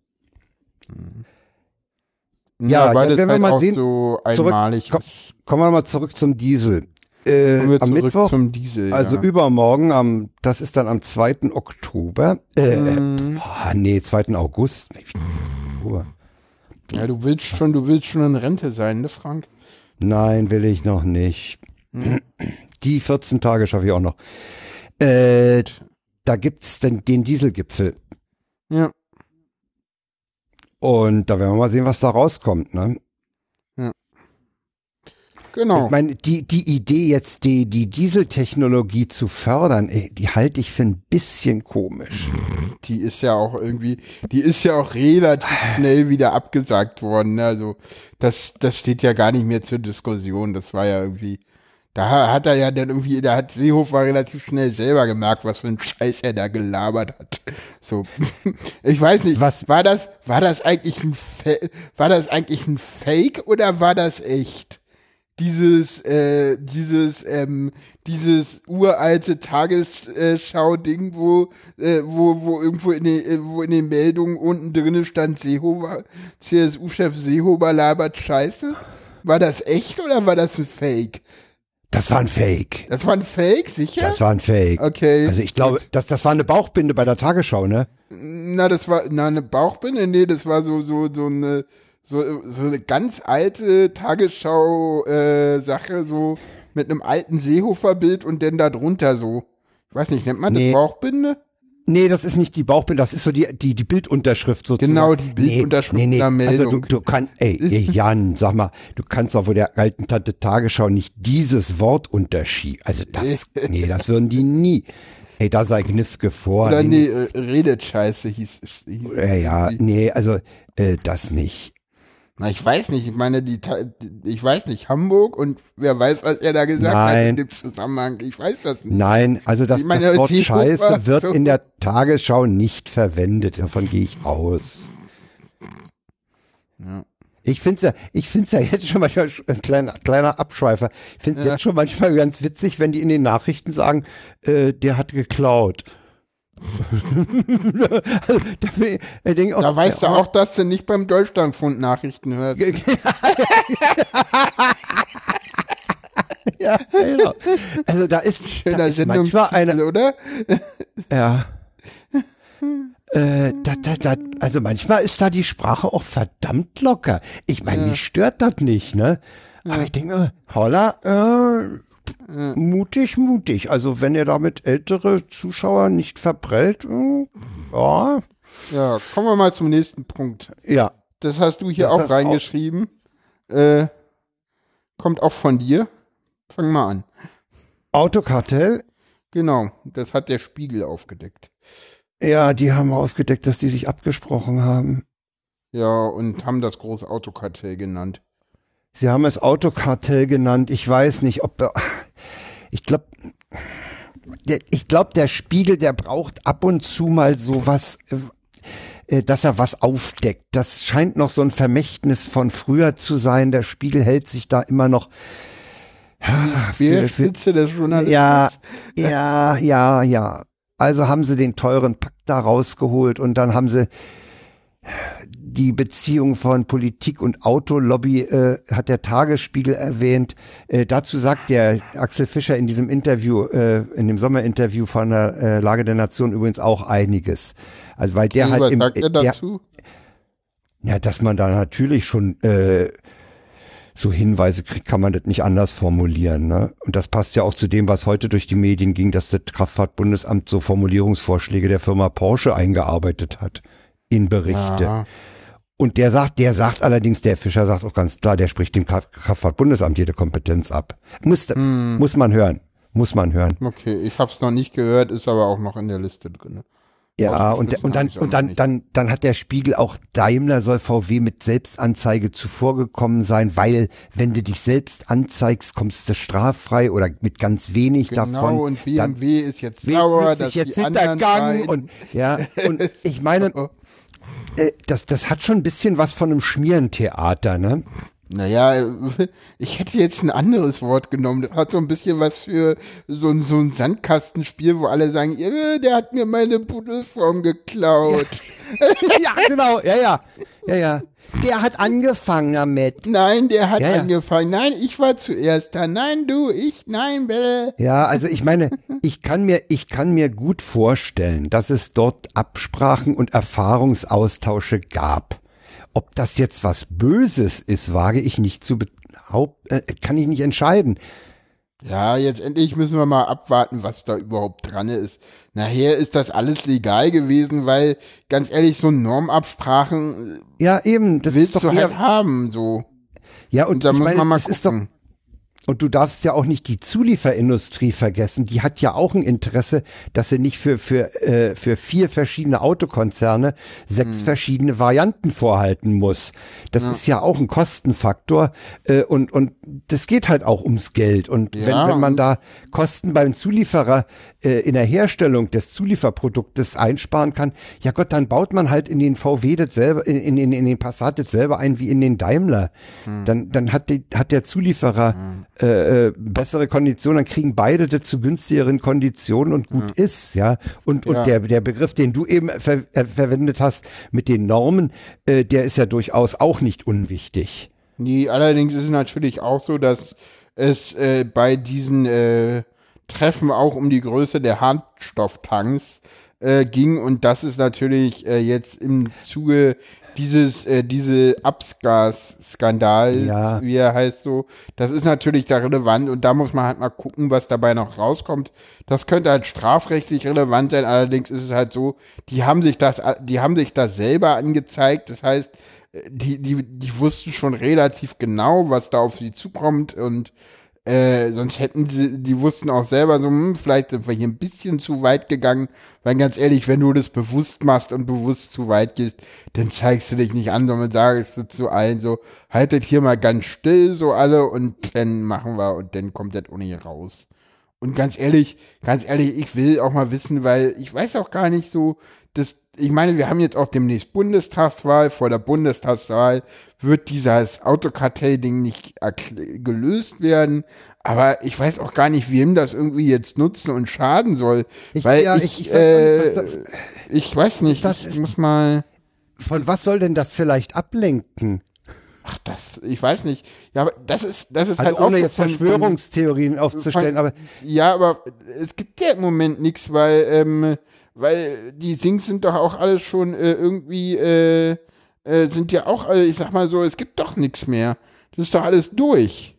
Ja, Ja, weil ja, das wenn wir halt mal auch sehen, so zurück- einmalig komm- ist. Kommen wir mal zurück zum Diesel. Äh, Kommen wir am zurück Mittwoch, zum Diesel. also ja. übermorgen, am, das ist dann am zweiten Oktober. Äh, Mhm. boah, nee, zweiten August. Oktober. Ja, du willst schon, du willst schon in Rente sein, ne, Frank? Nein, will ich noch nicht. Hm. Die vierzehn Tage schaffe ich auch noch. Äh, da gibt's dann den Dieselgipfel. Ja. Und da werden wir mal sehen, was da rauskommt, ne? Genau. Ich meine, die, die Idee jetzt, die, die Dieseltechnologie zu fördern, ey, die halte ich für ein bisschen komisch. Die ist ja auch irgendwie, die ist ja auch relativ schnell wieder abgesagt worden. Ne? Also das, das steht ja gar nicht mehr zur Diskussion. Das war ja irgendwie, da hat er ja dann irgendwie, da hat Seehofer relativ schnell selber gemerkt, was für ein Scheiß er da gelabert hat. So, ich weiß nicht, Was- war das, war das eigentlich ein, Fa war das eigentlich ein Fake oder war das echt? Dieses, äh, dieses, ähm, dieses uralte Tagesschau-Ding, wo, äh, wo, wo irgendwo in den, äh, wo in den Meldungen unten drinne stand, Seehofer, C S U-Chef Seehofer labert Scheiße? War das echt oder war das ein Fake? Das war ein Fake. Das war ein Fake, sicher? Das war ein Fake. Okay. Also ich glaube, das, das war eine Bauchbinde bei der Tagesschau, ne? Na, das war, na, eine Bauchbinde? Nee, das war so, so, so eine, so, so eine ganz alte Tagesschau-Sache, so mit einem alten Seehofer-Bild und dann da drunter so. Ich weiß nicht, nennt man Nee. das Bauchbinde? Nee, das ist nicht die Bauchbinde, das ist so die, die, die Bildunterschrift sozusagen. Genau, die Bildunterschrift nee, nee, nee. der Meldung. Also du, du kannst, ey, ey, Jan, sag mal, du kannst doch vor der alten Tante Tagesschau nicht dieses Wort unterschieben. Also das, nee, das würden die nie. Ey, da sei Gnifke vor. Oder nee, äh, redet Scheiße hieß, hieß Äh, ja, nee, also äh, das nicht. Na, ich weiß nicht, ich meine, die, Ta- ich weiß nicht, Hamburg und wer weiß, was er da gesagt hat Nein. in dem Zusammenhang, ich weiß das nicht. Nein, also das, Ich meine, das Wort Seehofer- Scheiße wird so- in der Tagesschau nicht verwendet. Davon gehe ich aus. Ja. Ich finde es ja, ich find's ja jetzt schon manchmal, ein kleiner, kleiner Abschweifer, ich finde es Ja. jetzt schon manchmal ganz witzig, wenn die in den Nachrichten sagen, äh, der hat geklaut. also, da, will- ich denk auch, Da weißt du auch, dass du nicht beim Deutschlandfunk Nachrichten hörst. ja, genau. Also da ist, da Schöner ist manchmal Sendungstitel, eine, oder? ja. Äh, da, da, da, also manchmal ist da die Sprache auch verdammt locker. Ich meine, Ja. mich stört das nicht, ne? Aber ich denke mir, holla, äh, mutig, mutig. Also wenn ihr damit ältere Zuschauer nicht verprellt, äh, ja, Ja, kommen wir mal zum nächsten Punkt. ja. Das hast du hier Das- auch das reingeschrieben. Äh, kommt auch von dir. Fang mal an. Autokartell, Genau, das hat der Spiegel aufgedeckt. ja, die haben aufgedeckt, dass die sich abgesprochen haben. Ja, und haben das große Autokartell genannt. Sie haben es Autokartell genannt. Ich weiß nicht, ob er, ich glaube, ich glaube, der Spiegel, der braucht ab und zu mal sowas, äh, dass er was aufdeckt. Das scheint noch so ein Vermächtnis von früher zu sein. Der Spiegel hält sich da immer noch. Wer für- für- Spitze des Journalismus? Ja, ja, ja, ja. Also haben sie den teuren Pakt da rausgeholt und dann haben sie die Beziehung von Politik und Autolobby, äh, hat der Tagesspiegel erwähnt. Äh, dazu sagt der Axel Fischer in diesem Interview, äh, in dem Sommerinterview von der äh, Lage der Nation übrigens auch einiges. Also weil der Okay, halt was im, sagt er der, dazu? ja, dass man da natürlich schon äh, so Hinweise kriegt, kann man das nicht anders formulieren. Ne? Und das passt ja auch zu dem, was heute durch die Medien ging, dass das Kraftfahrtbundesamt so Formulierungsvorschläge der Firma Porsche eingearbeitet hat in Berichte. Ja. Und der sagt, der sagt allerdings, der Fischer sagt auch ganz klar, der spricht dem Kraft- Kraftfahrtbundesamt jede Kompetenz ab. Muss, Hm. muss man hören. Muss man hören. Okay, ich hab's noch nicht gehört, ist aber auch noch in der Liste drin. Ja, Ausgeschlossen und, und dann, hab ich's auch und noch dann, nicht. dann, dann hat der Spiegel auch, Daimler soll V W mit Selbstanzeige zuvorgekommen sein, weil wenn du dich selbst anzeigst, kommst du straffrei oder mit ganz wenig Genau, davon. und B Dann M W ist jetzt wird sauer, sich dass jetzt die anderen hintergangen beiden- und, ja, und ich meine, äh, das, das hat schon ein bisschen was von einem Schmierentheater, ne? Naja, ich hätte jetzt ein anderes Wort genommen. Das hat so ein bisschen was für so, ein- so ein Sandkastenspiel, wo alle sagen, "Äh, der hat mir meine Pudelform geklaut. ja, genau, ja, ja, ja, ja. Der hat angefangen damit. Nein, der hat Ja, ja. angefangen. Nein, ich war zuerst da. Nein, du, ich, nein, bäh. Ja, also ich meine, ich kann mir, ich kann mir gut vorstellen, dass es dort Absprachen und Erfahrungsaustausche gab. Ob das jetzt was Böses ist, wage ich nicht zu behaupten, äh, kann ich nicht entscheiden. Ja, jetzt endlich müssen wir mal abwarten, was da überhaupt dran ist. Nachher ist das alles legal gewesen, weil, ganz ehrlich, so Normabsprachen Ja, eben, das äh, willst ist doch du eher, halt haben, so. ja, und, Und da ich muss meine, man mal es ist doch, gucken. und du darfst ja auch nicht die Zulieferindustrie vergessen. Die hat ja auch ein Interesse, dass sie nicht für, für, äh, für vier verschiedene Autokonzerne sechs Hm. verschiedene Varianten vorhalten muss. Das ist ja auch ein Kostenfaktor. Äh, und, und das geht halt auch ums Geld. Und Ja, wenn, wenn man und- da Kosten beim Zulieferer äh, in der Herstellung des Zulieferproduktes einsparen kann, ja Gott, dann baut man halt in den V W das selber, in, in, in den Passat das selber ein wie in den Daimler. Hm. Dann, dann hat, die, hat der Zulieferer äh, äh, bessere Konditionen, dann kriegen beide das zu günstigeren Konditionen und gut ist, ja. Und, und Ja. der, der Begriff, den du eben ver äh, verwendet hast mit den Normen, äh, der ist ja durchaus auch nicht unwichtig. Nee, allerdings ist es natürlich auch so, dass es äh, bei diesen äh, Treffen auch um die Größe der Hartstofftanks äh, ging und das ist natürlich äh, jetzt im Zuge dieses, äh, diese Abgas-Skandal, Ja. wie er heißt so, das ist natürlich da relevant und da muss man halt mal gucken, was dabei noch rauskommt. Das könnte halt strafrechtlich relevant sein, allerdings ist es halt so, die haben sich das, die haben sich das selber angezeigt, das heißt, die, die, die wussten schon relativ genau, was da auf sie zukommt und äh, sonst hätten sie, die wussten auch selber so, hm, vielleicht sind wir hier ein bisschen zu weit gegangen, weil ganz ehrlich, wenn du das bewusst machst und bewusst zu weit gehst, dann zeigst du dich nicht an, sondern sagst du zu allen so, haltet hier mal ganz still, so alle und dann machen wir und dann kommt das ohne hier raus. Und ganz ehrlich, ganz ehrlich, ich will auch mal wissen, weil ich weiß auch gar nicht so, das, ich meine, wir haben jetzt auch demnächst Bundestagswahl. Vor der Bundestagswahl wird dieses Autokartell-Ding nicht gelöst werden. Aber ich weiß auch gar nicht, wem das irgendwie jetzt nutzen und schaden soll. Ich, weil ja, ich, ich, ich, äh, weiß nicht, ich weiß nicht, das ich ist, muss mal. Von was soll denn das vielleicht ablenken? Ach, das, ich weiß nicht. Ja, aber das ist, das ist Also halt ohne auch jetzt von, Verschwörungstheorien von, aufzustellen, von, aber. Ja, aber es gibt ja im Moment nichts, weil, ähm, weil die Dings sind doch auch alle schon äh, irgendwie, äh, äh, sind ja auch alle, ich sag mal so, es gibt doch nichts mehr. Das ist doch alles durch.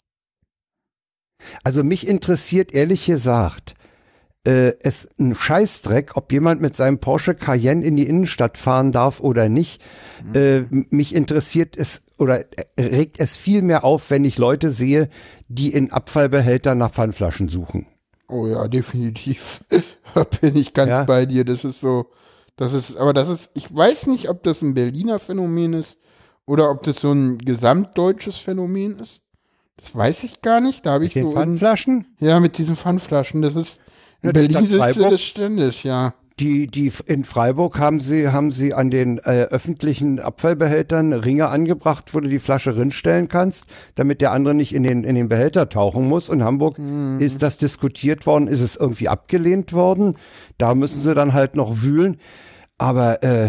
Also mich interessiert ehrlich gesagt, äh, es ein Scheißdreck, ob jemand mit seinem Porsche Cayenne in die Innenstadt fahren darf oder nicht. Mhm. Äh, mich interessiert es oder regt es viel mehr auf, wenn ich Leute sehe, die in Abfallbehältern nach Pfandflaschen suchen. Oh ja, definitiv. Da bin ich ganz ja. bei dir. Das ist so, das ist, aber das ist, ich weiß nicht, ob das ein Berliner Phänomen ist oder ob das so ein gesamtdeutsches Phänomen ist. Das weiß ich gar nicht. Da habe ich mit den so Pfandflaschen? In, ja, mit diesen Pfandflaschen. Das ist in ja, Berlin sitzt das ständig, ja. Die, die in Freiburg haben sie, haben sie an den äh, öffentlichen Abfallbehältern Ringe angebracht, wo du die Flasche rinstellen kannst, damit der andere nicht in den, in den Behälter tauchen muss. In Hamburg mhm. ist das diskutiert worden, ist es irgendwie abgelehnt worden. Da müssen sie dann halt noch wühlen. Aber, äh,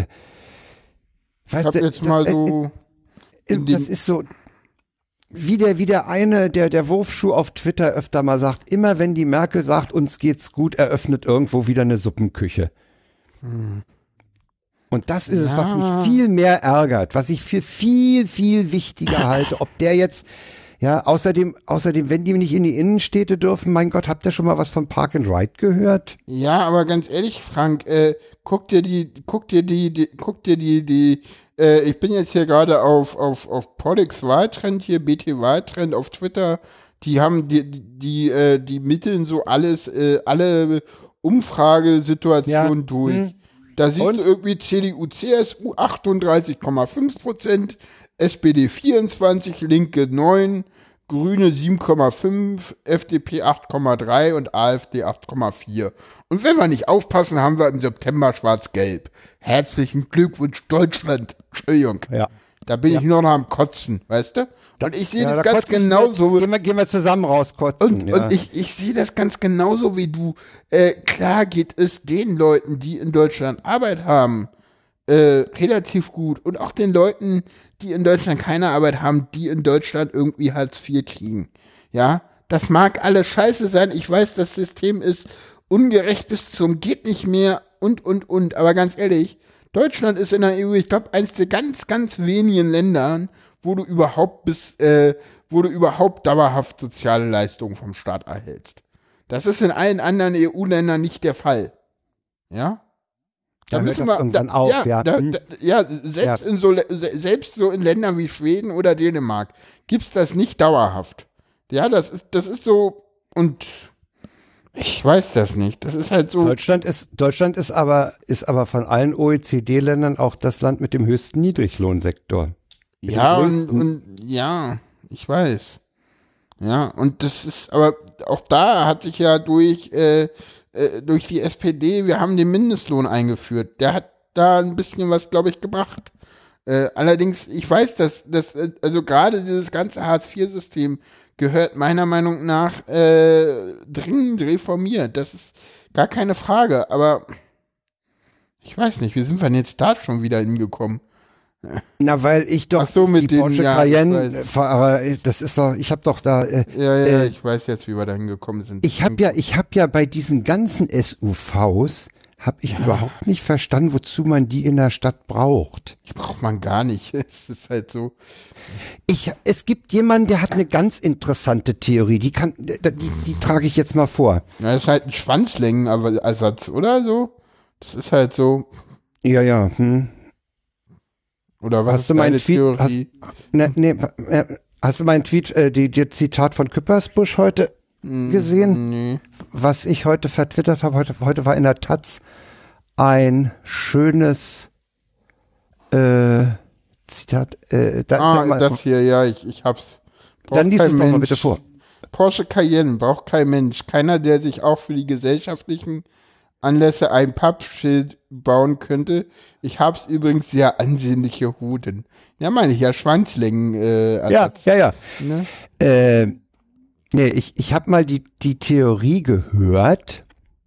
ich hab jetzt das, mal so, äh, das ist so, wie der, wie der eine, der, der Wurfschuh auf Twitter öfter mal sagt, immer wenn die Merkel sagt, uns geht's gut, eröffnet irgendwo wieder eine Suppenküche. Hm. Und das ist ja. es, was mich viel mehr ärgert, was ich für viel, viel wichtiger halte, ob der jetzt, ja, außerdem, außerdem, wenn die nicht in die Innenstädte dürfen, mein Gott, habt ihr schon mal was von Park and Ride gehört? Ja, aber ganz ehrlich, Frank, äh, guck dir die, guck dir die, die guck dir die, die, äh, ich bin jetzt hier gerade auf, auf, auf Pollux Wahltrend hier, B T Wahltrend auf Twitter, die haben die, die, die, äh, die mitteln so alles, äh, alle Umfragesituationen ja. durch. Hm. Da siehst Und? du irgendwie C D U, C S U achtunddreißig Komma fünf Prozent, S P D vierundzwanzig, Linke neun, Grüne sieben Komma fünf, F D P acht Komma drei und AfD acht Komma vier. Und wenn wir nicht aufpassen, haben wir im September schwarz-gelb. Herzlichen Glückwunsch, Deutschland. Entschuldigung. Ja. Da bin ja. ich nur noch am Kotzen, weißt du? Und ich sehe ja, das da ganz genauso. Gehen wir, gehen wir zusammen rauskotzen. Und, ja. und ich, ich sehe das ganz genauso wie du. Äh, klar geht es den Leuten, die in Deutschland Arbeit haben, äh, relativ gut. Und auch den Leuten, die in Deutschland keine Arbeit haben, die in Deutschland irgendwie Hartz vier kriegen. Ja, das mag alles scheiße sein. Ich weiß, das System ist ungerecht bis zum geht nicht mehr und, und, und. Aber ganz ehrlich, Deutschland ist in der E U, ich glaube, eins der ganz, ganz wenigen Ländern, wo du überhaupt bis, äh, wo du überhaupt dauerhaft soziale Leistungen vom Staat erhältst. Das ist in allen anderen E U-Ländern nicht der Fall. Ja? Da, da müssen wir irgendwann da, auf, ja, ja. Da, da, ja, selbst ja. in so selbst so in Ländern wie Schweden oder Dänemark gibt's das nicht dauerhaft. Ja, das ist das ist so und ich weiß das nicht. Das ist halt so. Deutschland ist Deutschland ist aber ist aber von allen O E C D-Ländern auch das Land mit dem höchsten Niedriglohnsektor. Mit ja und, und ja, ich weiß. Ja und das ist aber auch da hat sich ja durch äh, durch die S P D, wir haben den Mindestlohn eingeführt. Der hat da ein bisschen was, glaube ich, gebracht. Äh, allerdings, ich weiß, dass, dass also gerade dieses ganze Hartz vier System gehört meiner Meinung nach äh, dringend reformiert. Das ist gar keine Frage. Aber ich weiß nicht, wie sind wir denn jetzt da schon wieder hingekommen? Na, weil ich doch Ach so, mit die den, Porsche ja, Cayenne fahre, das ist doch, ich habe doch da äh, ja, ja, äh, ich weiß jetzt, wie wir da hingekommen sind. Ich habe ja, ich habe ja bei diesen ganzen S U Vs habe ich ja. überhaupt nicht verstanden, wozu man die in der Stadt braucht. Die braucht man gar nicht. Es ist halt so. Ich, es gibt jemanden, der hat eine ganz interessante Theorie. Die kann, die, die, die trage ich jetzt mal vor. Ja, das ist halt ein Schwanzlängenersatz, oder so? Das ist halt so. Ja, ja. Hm. Oder was hast ist du meinen deine Tweet, Theorie? Hast, ne, ne, hast du meinen Tweet, äh, die, die Zitat von Küppersbusch heute gesehen? Nee. Was ich heute vertwittert habe, heute, heute war in der Taz ein schönes äh, Zitat. Äh, da ah, ist ja mal, das hier, ja, ich, ich hab's. Braucht dann lies es doch mal bitte vor. Porsche Cayenne braucht kein Mensch. Keiner, der sich auch für die gesellschaftlichen Anlässe ein Pappschild bauen könnte. Ich hab's übrigens sehr ansehnliche Hoden. Ja, meine ich ja, Schwanzlängen. Äh, ja, ja, ja. Ne? Äh, nee, ich, ich habe mal die, die Theorie gehört.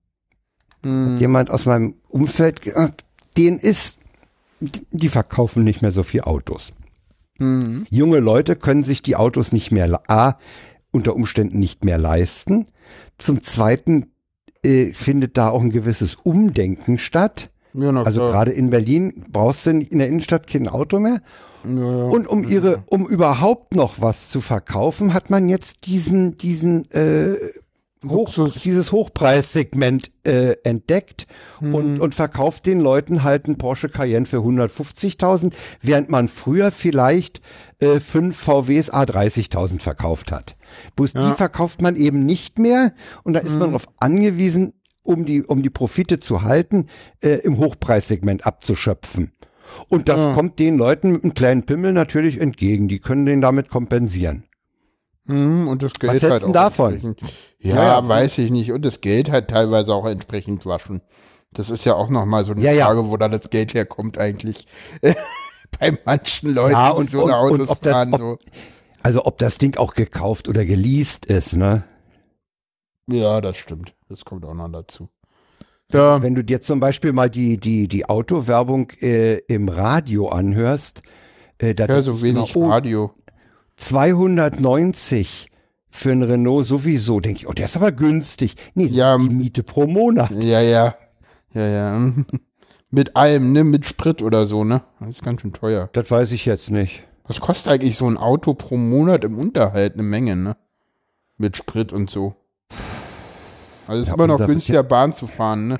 Hm. Hat jemand aus meinem Umfeld gesagt, den ist, die verkaufen nicht mehr so viel Autos. Hm. Junge Leute können sich die Autos nicht mehr, A, unter Umständen nicht mehr leisten. Zum Zweiten äh, findet da auch ein gewisses Umdenken statt. Ja, na Also klar. gerade in Berlin brauchst du in der Innenstadt kein Auto mehr. Ja, ja. Und um ihre, um überhaupt noch was zu verkaufen, hat man jetzt diesen, diesen, äh, Hoch, Luxus. dieses Hochpreissegment äh, entdeckt Mhm. und, und verkauft den Leuten halt einen Porsche Cayenne für hundertfünfzigtausend, während man früher vielleicht äh, fünf V Ws A dreißigtausend verkauft hat. Bloß Ja. die verkauft man eben nicht mehr und da ist man darauf angewiesen, um die, um die Profite zu halten, äh, im Hochpreissegment abzuschöpfen. Und das Ja. kommt den Leuten mit einem kleinen Pimmel natürlich entgegen. Die können den damit kompensieren. Hm, und das Geld Was hältst halt du auch davon? entsprechend- Ja, Ja, ja. weiß ich nicht. Und das Geld halt teilweise auch entsprechend waschen. Das ist ja auch nochmal so eine Ja, ja. Frage, wo da das Geld herkommt eigentlich. Bei manchen Leuten, Ja, die und- so eine und- und Autos ob das- fahren. ob- so. Also ob das Ding auch gekauft oder geleast ist, ne? Ja, das stimmt. Das kommt auch noch dazu. Ja, Wenn du dir zum Beispiel mal die, die, die Autowerbung äh, im Radio anhörst, äh, da ja denk so ich wenig immer, oh, Radio. zweihundertneunzig für einen Renault sowieso, denke ich, oh, der ist aber günstig. Nee, das Ja, ist die Miete pro Monat. Ja, ja. Ja, ja. Mit allem, ne? Mit Sprit oder so, ne? Das ist ganz schön teuer. Das weiß ich jetzt nicht. Was kostet eigentlich so ein Auto pro Monat im Unterhalt? Eine Menge, ne? Mit Sprit und so. Also ist Ja, immer noch unser wird günstiger, Bahn zu fahren, ne?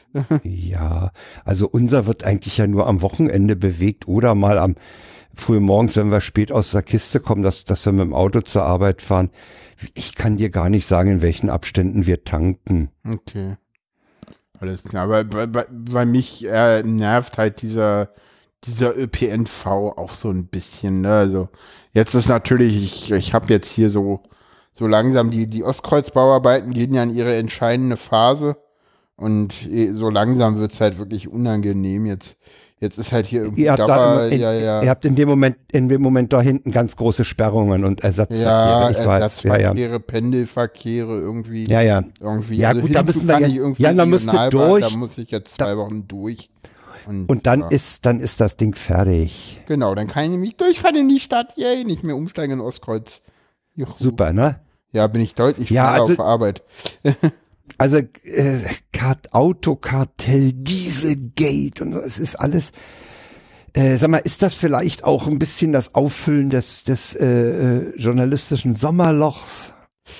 Ja, also unser wird eigentlich ja nur am Wochenende bewegt oder mal am früh morgens, wenn wir spät aus der Kiste kommen, dass, dass wir mit dem Auto zur Arbeit fahren. Ich kann dir gar nicht sagen, in welchen Abständen wir tanken. Okay. Alles klar. Aber bei, bei, bei mich äh, nervt halt dieser, dieser Ö P N V auch so ein bisschen, ne? Also jetzt ist natürlich, ich, ich habe jetzt hier so, so langsam, die, die Ostkreuzbauarbeiten gehen ja in ihre entscheidende Phase. Und eh, so langsam wird's halt wirklich unangenehm. Jetzt, jetzt ist halt hier irgendwie Ihr habt, da Dauer, im, in, ja, ja. ihr habt in dem Moment, in dem Moment da hinten ganz große Sperrungen und Ersatzverkehre. Ja, ich weiß. Ja, ja. Ersatzverkehre, Pendelverkehre irgendwie. Ja, ja. Irgendwie. Ja, also gut, da hinzu müssen wir kann ja- ich irgendwie ja, da müsst ihr Regionalbahn, durch. Da muss ich jetzt zwei Wochen durch. Und, Und dann ja. ist, dann ist das Ding fertig. Genau, dann kann ich nämlich durchfahren in die Stadt. Yay, nicht mehr umsteigen in Ostkreuz. Juhu. Super, ne? Ja, bin ich deutlich Ja, schneller also- auf Arbeit. Also äh, Kart, Autokartell, Dieselgate und so, es ist alles. Äh, sag mal, ist das vielleicht auch ein bisschen das Auffüllen des, des äh, äh, journalistischen Sommerlochs?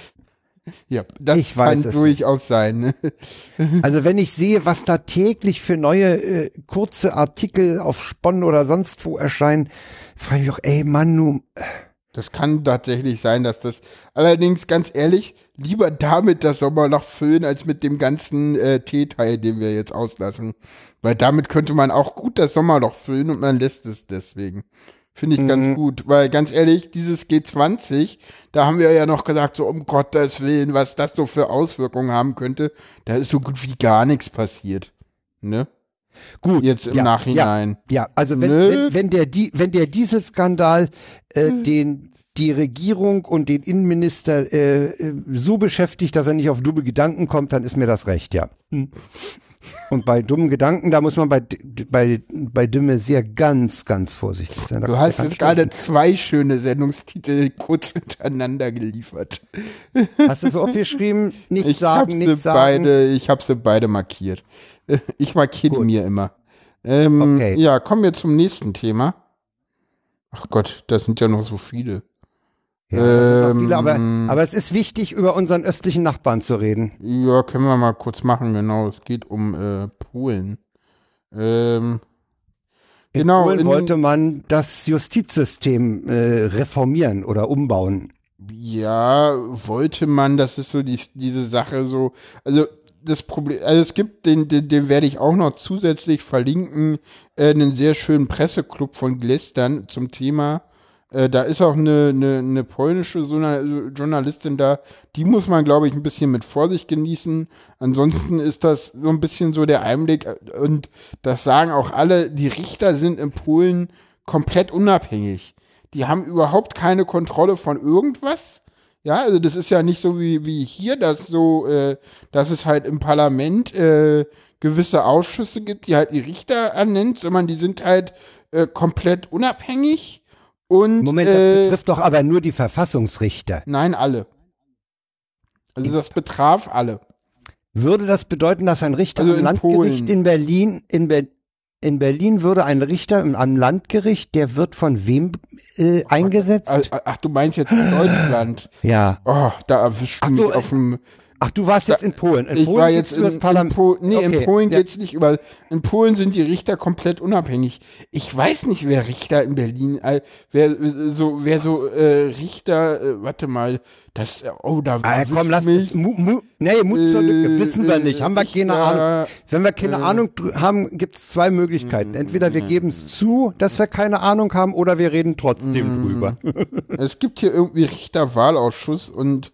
Ja, das Ich weiß kann es durchaus sein. Ne? Also wenn ich sehe, was da täglich für neue äh, kurze Artikel auf Spon oder sonst wo erscheinen, frage ich mich auch, ey Mann, du, Das kann tatsächlich sein, dass das, allerdings ganz ehrlich, lieber damit das Sommerloch füllen, als mit dem ganzen äh, T-Teil, den wir jetzt auslassen. Weil damit könnte man auch gut das Sommerloch füllen und man lässt es deswegen. Finde ich ganz gut, weil ganz ehrlich, dieses G zwanzig, da haben wir ja noch gesagt, so um Gottes Willen, was das so für Auswirkungen haben könnte. Da ist so gut wie gar nichts passiert. Ne? gut. Jetzt im ja, Nachhinein. Ja, ja also wenn, Nö. wenn, wenn der Di wenn der Dieselskandal äh, den die Regierung und den Innenminister äh, äh, so beschäftigt, dass er nicht auf dumme Gedanken kommt, dann ist mir das recht, ja. Hm. Und bei dummen Gedanken, da muss man bei, bei, bei Dümme sehr ganz, ganz vorsichtig sein. Da Du kommt hast der jetzt Verstand. gerade zwei schöne Sendungstitel kurz hintereinander geliefert. Hast du so aufgeschrieben? Nicht Ich sagen, habe sie nicht sagen. beide, ich habe sie beide markiert. Ich markiere Gut. mir immer. Ähm, Okay. Ja, kommen wir zum nächsten Thema. Ach Gott, das sind ja noch so viele. Ja, das sind noch viele, aber, Ähm, aber es ist wichtig, über unseren östlichen Nachbarn zu reden. Ja, können wir mal kurz machen, genau. Es geht um äh, Polen. Ähm, In genau, Polen in- wollte man das Justizsystem äh, reformieren oder umbauen. Ja, wollte man, das ist so die, diese Sache so, also das Problem, also es gibt, den, den, den werde ich auch noch zusätzlich verlinken, äh, einen sehr schönen Presseclub von Glästern zum Thema Äh, da ist auch eine, eine, eine polnische Journalistin da, die muss man, glaube ich, ein bisschen mit Vorsicht genießen. Ansonsten ist das so ein bisschen so der Einblick und das sagen auch alle, die Richter sind in Polen komplett unabhängig. Die haben überhaupt keine Kontrolle von irgendwas. Ja, also das ist ja nicht so wie, wie hier, dass so, äh, dass es halt im Parlament äh, gewisse Ausschüsse gibt, die halt die Richter ernennt, sondern die sind halt äh, komplett unabhängig. Und, Moment, das äh, betrifft doch aber nur die Verfassungsrichter. Nein, alle. Also das betraf alle. Würde das bedeuten, dass ein Richter Also am in Landgericht Polen. in Berlin, in, Be in Berlin würde ein Richter im- am Landgericht, der wird von wem äh, eingesetzt? Ach, ach, du meinst jetzt in Deutschland. Ja. Oh, da erwischt Ach mich so, auf dem... Ach, du warst jetzt in Polen. In Ich Polen war geht's jetzt übers in, in Parlament. Polen. Nee, Okay, in Polen ja. geht's nicht über. In Polen sind die Richter komplett unabhängig. Ich weiß nicht, wer Richter in Berlin, äh, wer äh, so, wer so äh, Richter, äh, warte mal, das, äh, oh, da Ah, erwischt komm, lass mich. es. Mu, mu, nee, Mut zur Lücke. Wissen wir nicht. Haben wir ich, keine ja, Ahnung. Wenn wir keine äh, Ahnung dr- haben, gibt es zwei Möglichkeiten. Entweder wir geben es zu, dass wir keine Ahnung haben, oder wir reden trotzdem drüber. Es gibt hier irgendwie Richterwahlausschuss und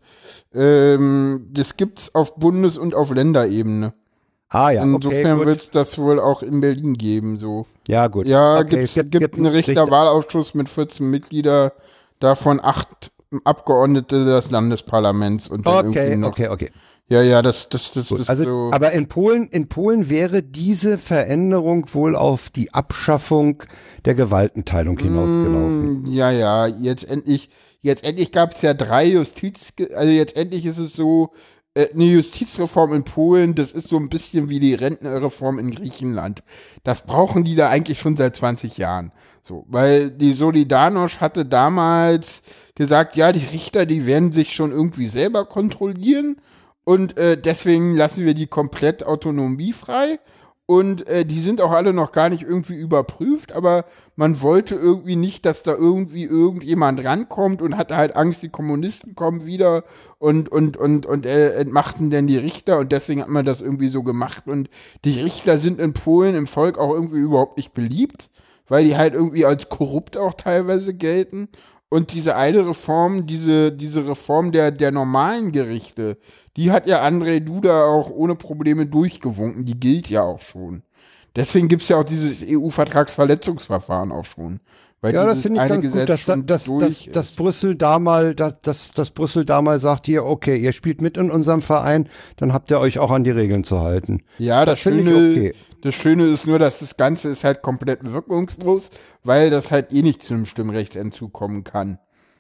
ähm, das gibt's auf Bundes- und auf Länderebene. Ah ja, okay, Insofern gut. wird es das wohl auch in Berlin geben, so. Ja, gut. Ja, okay, gibt's, es gibt, einen Richter- Richterwahlausschuss mit vierzehn Mitgliedern, davon acht Abgeordnete des Landesparlaments und dann irgendwie Okay, noch. okay, okay. Ja, ja, das, das, das, Gut, das also, so. aber in Polen, in Polen wäre diese Veränderung wohl auf die Abschaffung der Gewaltenteilung hinausgelaufen. Mm, Ja, ja, jetzt endlich, jetzt endlich gab es ja drei Justiz, also jetzt endlich ist es so, äh, eine Justizreform in Polen, das ist so ein bisschen wie die Rentenreform in Griechenland. Das brauchen die da eigentlich schon seit zwanzig Jahren. So, weil die Solidarność hatte damals gesagt, ja, die Richter, die werden sich schon irgendwie selber kontrollieren und äh, deswegen lassen wir die komplett autonomiefrei. Und äh, die sind auch alle noch gar nicht irgendwie überprüft, aber man wollte irgendwie nicht, dass da irgendwie irgendjemand rankommt und hatte halt Angst, die Kommunisten kommen wieder und und und und äh, entmachten denn die Richter und deswegen hat man das irgendwie so gemacht und die Richter sind in Polen im Volk auch irgendwie überhaupt nicht beliebt, weil die halt irgendwie als korrupt auch teilweise gelten und diese eine Reform, diese diese Reform der der normalen Gerichte, die hat ja Andrzej Duda auch ohne Probleme durchgewunken. Die gilt ja auch schon. Deswegen gibt es ja auch dieses E U-Vertragsverletzungsverfahren auch schon. Weil Ja, das dieses finde ich eine ganz gut, Gesetz dass, schon dass, durch dass, ist. dass Brüssel da mal, dass, dass, dass Brüssel da mal sagt, hier, okay, ihr spielt mit in unserem Verein, dann habt ihr euch auch an die Regeln zu halten. Ja, das, das finde ich Schöne, okay. das Schöne ist nur, dass das Ganze ist halt komplett wirkungslos, weil das halt eh nicht zu einem Stimmrechtsentzug kommen kann.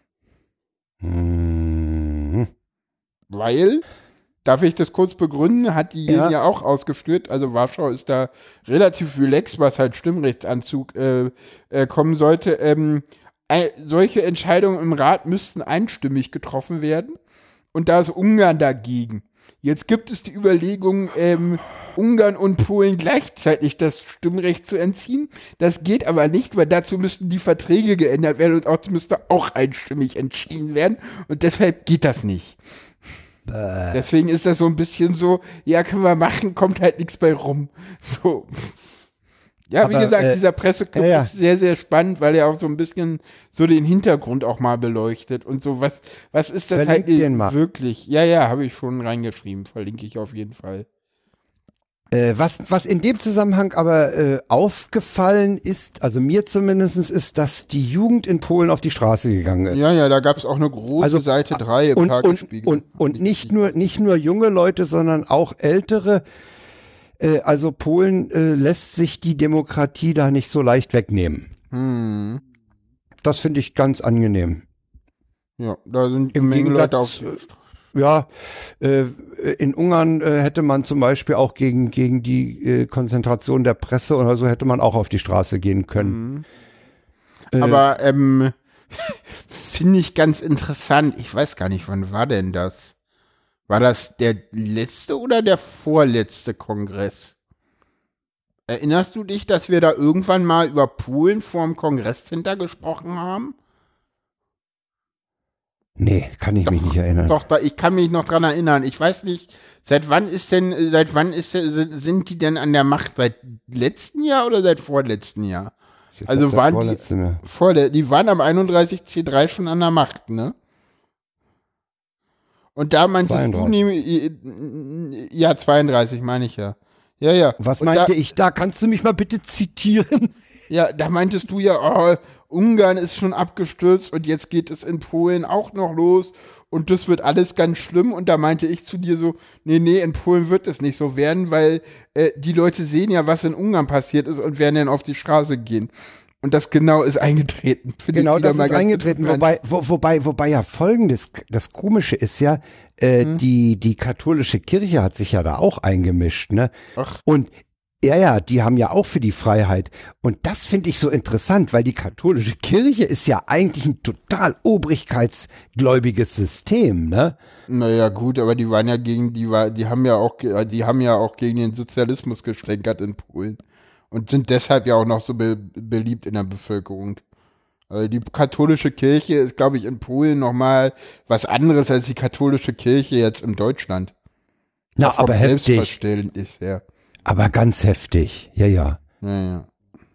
Hm. Weil, darf ich das kurz begründen, hat die Ja. ja. ja auch ausgeführt, also Warschau ist da relativ relaxed, was halt Stimmrechtsanzug äh, äh, kommen sollte. Ähm, äh, solche Entscheidungen im Rat müssten einstimmig getroffen werden und da ist Ungarn dagegen. Jetzt gibt es die Überlegung, ähm, Ungarn und Polen gleichzeitig das Stimmrecht zu entziehen. Das geht aber nicht, weil dazu müssten die Verträge geändert werden und auch müsste auch einstimmig entschieden werden und deshalb geht das nicht. Deswegen ist das so ein bisschen so, ja, können wir machen, kommt halt nichts bei rum. So. Ja, wie Aber, gesagt, äh, dieser Presseclub ja, ja. ist sehr, sehr spannend, weil er auch so ein bisschen so den Hintergrund auch mal beleuchtet und so, was, was ist das Verlinkt halt den mal. wirklich? Ja, ja, habe ich schon reingeschrieben, verlinke ich auf jeden Fall. Äh, was, was in dem Zusammenhang aber äh, aufgefallen ist, also mir zumindest, ist, dass die Jugend in Polen auf die Straße gegangen ist. Ja, ja, da gab es auch eine große Also, Seite drei im und, und, Tagesspiegel. und, und nicht nur nicht nur junge Leute, sondern auch ältere. Äh, also Polen äh, lässt sich die Demokratie da nicht so leicht wegnehmen. Hm. Das finde ich ganz angenehm. Ja, da sind eine Im Menge Leute auf. Gegensatz, Ja, äh, in Ungarn äh, hätte man zum Beispiel auch gegen gegen die äh, Konzentration der Presse oder so hätte man auch auf die Straße gehen können. Äh, Aber ähm, finde ich ganz interessant. Ich weiß gar nicht, wann war denn das? War das der letzte oder der vorletzte Kongress? Erinnerst du dich, dass wir da irgendwann mal über Polen vorm Kongresscenter gesprochen haben? Nee, kann ich mich nicht erinnern. Doch, da, ich kann mich noch dran erinnern. Ich weiß nicht, seit wann ist denn, seit wann ist, sind die denn an der Macht? Seit letzten Jahr oder seit vorletzten Jahr? Ich Also glaub, der waren die vorletzte mehr. vor der, die waren am einunddreißig C drei schon an der Macht, ne? Und da meintest zweiunddreißig. du, nee, ja, zweiunddreißig meine ich ja. Ja, ja. Was Und meinte da, ich da? Kannst du mich mal bitte zitieren? Ja, da meintest du ja, oh, Ungarn ist schon abgestürzt und jetzt geht es in Polen auch noch los und das wird alles ganz schlimm. Und da meinte ich zu dir so, nee, nee, in Polen wird es nicht so werden, weil äh, die Leute sehen ja, was in Ungarn passiert ist und werden dann auf die Straße gehen. Und das genau ist eingetreten. Find Genau, ich wieder das mal ist ganz eingetreten. interessant. Wobei, wo, wobei, wobei ja Folgendes, das Komische ist ja, äh, Hm. die, die katholische Kirche hat sich ja da auch eingemischt, ne? Ach. Und ja, ja, die haben ja auch für die Freiheit. Und das finde ich so interessant, weil die katholische Kirche ist ja eigentlich ein total obrigkeitsgläubiges System, ne? Naja, gut, aber die waren ja gegen, die war, die haben ja auch, ge- die haben ja auch gegen den Sozialismus gestänkert in Polen. Und sind deshalb ja auch noch so be beliebt in der Bevölkerung. Also die katholische Kirche ist, glaube ich, in Polen nochmal was anderes als die katholische Kirche jetzt in Deutschland. Na, Auch vom aber heftig. Selbstverständnis her. Aber ganz heftig. Ja, ja. Naja.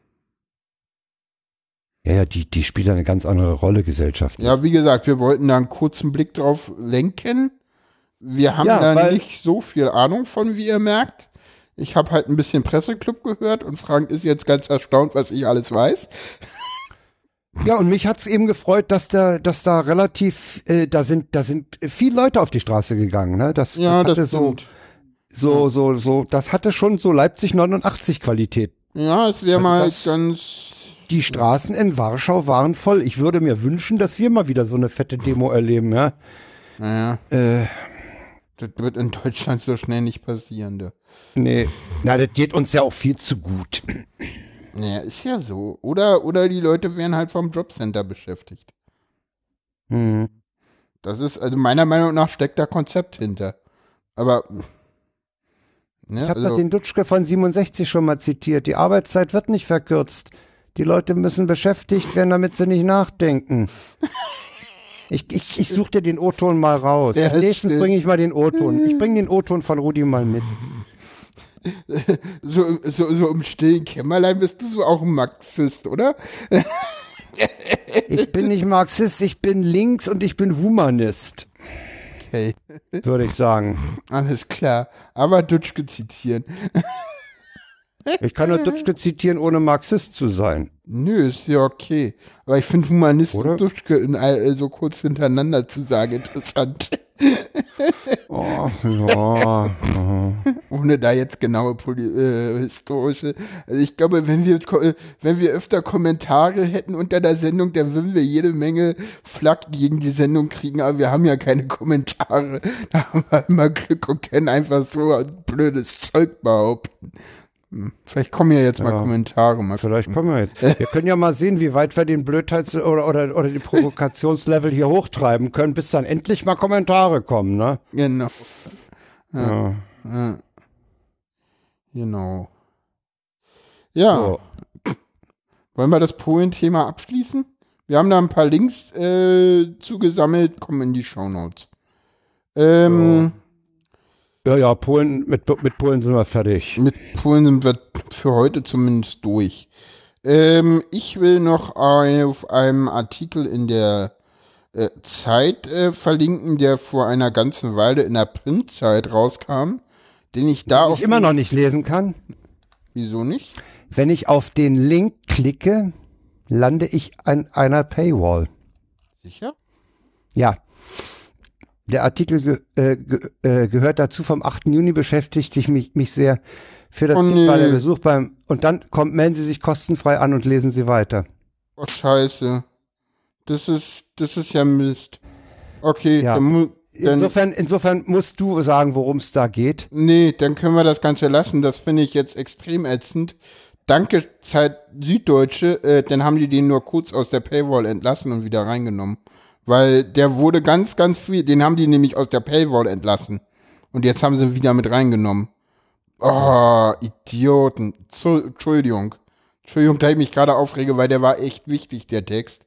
Ja, ja, die, die spielt eine ganz andere Rolle gesellschaftlich. Ja, wie gesagt, wir wollten da einen kurzen Blick drauf lenken. Wir haben Ja, da weil- nicht so viel Ahnung von, wie ihr merkt. Ich habe halt ein bisschen Presseclub gehört und Frank ist jetzt ganz erstaunt, was ich alles weiß. Ja, und mich hat's eben gefreut, dass da, dass da relativ, äh, da sind, da sind viele Leute auf die Straße gegangen, ne? Das, Ja, das hatte das so, stimmt. so, so, so, das hatte schon so Leipzig neunundachtzig Qualität. Ja, es wäre Also mal das- ganz. Die Straßen in Warschau waren voll. Ich würde mir wünschen, dass wir mal wieder so eine fette Demo erleben, ja. Naja, Äh, das wird in Deutschland so schnell nicht passieren. Du. nee. Na, das geht uns ja auch viel zu gut. Naja, ist ja so. Oder, oder die Leute werden halt vom Jobcenter beschäftigt. Hm. Das ist, also meiner Meinung nach steckt da Konzept hinter. Aber. Ne, Ich habe also, doch den Dutschke von siebenundsechzig schon mal zitiert. Die Arbeitszeit wird nicht verkürzt. Die Leute müssen beschäftigt werden, damit sie nicht nachdenken. Ich, ich, ich suche dir den O-Ton mal raus. Der ist Nächstens still. bringe ich mal den O-Ton. Ich bringe den O-Ton von Rudi mal mit. so, im- so, so im stillen Kämmerlein bist du so auch ein Marxist, oder? Ich bin nicht Marxist, ich bin links und ich bin Humanist, Okay, würde ich sagen. alles klar. Aber Dutschke zitieren. Ich kann nur Dutschke zitieren, ohne Marxist zu sein. Nö, ist ja okay. Aber ich finde Humanist Oder? und Dutschke in, all- so kurz hintereinander zu sagen interessant. Oh, ja. aha. Ohne da jetzt genaue Poli äh, historische. Also ich glaube, wenn wir ko- äh, wenn wir öfter Kommentare hätten unter der Sendung, dann würden wir jede Menge Flak gegen die Sendung kriegen, aber wir haben ja keine Kommentare. Da haben wir immer Glück und können einfach so blödes Zeug behaupten. Hm, Vielleicht kommen ja jetzt mal Ja. Kommentare. Mal Vielleicht gucken. kommen wir jetzt. Wir können ja mal sehen, wie weit wir den Blödheits- oder, oder, oder den Provokationslevel hier hochtreiben können, bis dann endlich mal Kommentare kommen, ne? Genau. Ja. Ja. Genau. Ja. So. Wollen wir das Polen-Thema abschließen? Wir haben da ein paar Links äh, zugesammelt, kommen in die Shownotes. Ähm, Ja, ja, Polen, mit, mit Polen sind wir fertig. Mit Polen sind wir für heute zumindest durch. Ähm, ich will noch auf einem Artikel in der äh, Zeit äh, verlinken, der vor einer ganzen Weile in der Printzeit rauskam, den ich da Den auch ich immer noch nicht lesen kann. Wieso nicht? Wenn ich auf den Link klicke, lande ich an einer Paywall. Sicher? Ja. Der Artikel ge äh, ge äh, gehört dazu. Vom achten Juni beschäftigt sich mich, mich sehr. Für das Oh, Link war der nee. Besuch beim. Und dann kommt, melden Sie sich kostenfrei an und lesen Sie weiter. Oh, scheiße. Das ist, das ist ja Mist. Okay, Ja. dann, mu- dann, Insofern, insofern musst du sagen, worum es da geht. nee, dann können wir das Ganze lassen. Das finde ich jetzt extrem ätzend. Danke, Zeit Süddeutsche, äh, dann haben die den nur kurz aus der Paywall entlassen und wieder reingenommen. Weil der wurde ganz, ganz viel, den haben die nämlich aus der Paywall entlassen. Und jetzt haben sie ihn wieder mit reingenommen. Oh, Idioten. So, Entschuldigung. Entschuldigung, da ich mich gerade aufrege, weil der war echt wichtig, der Text.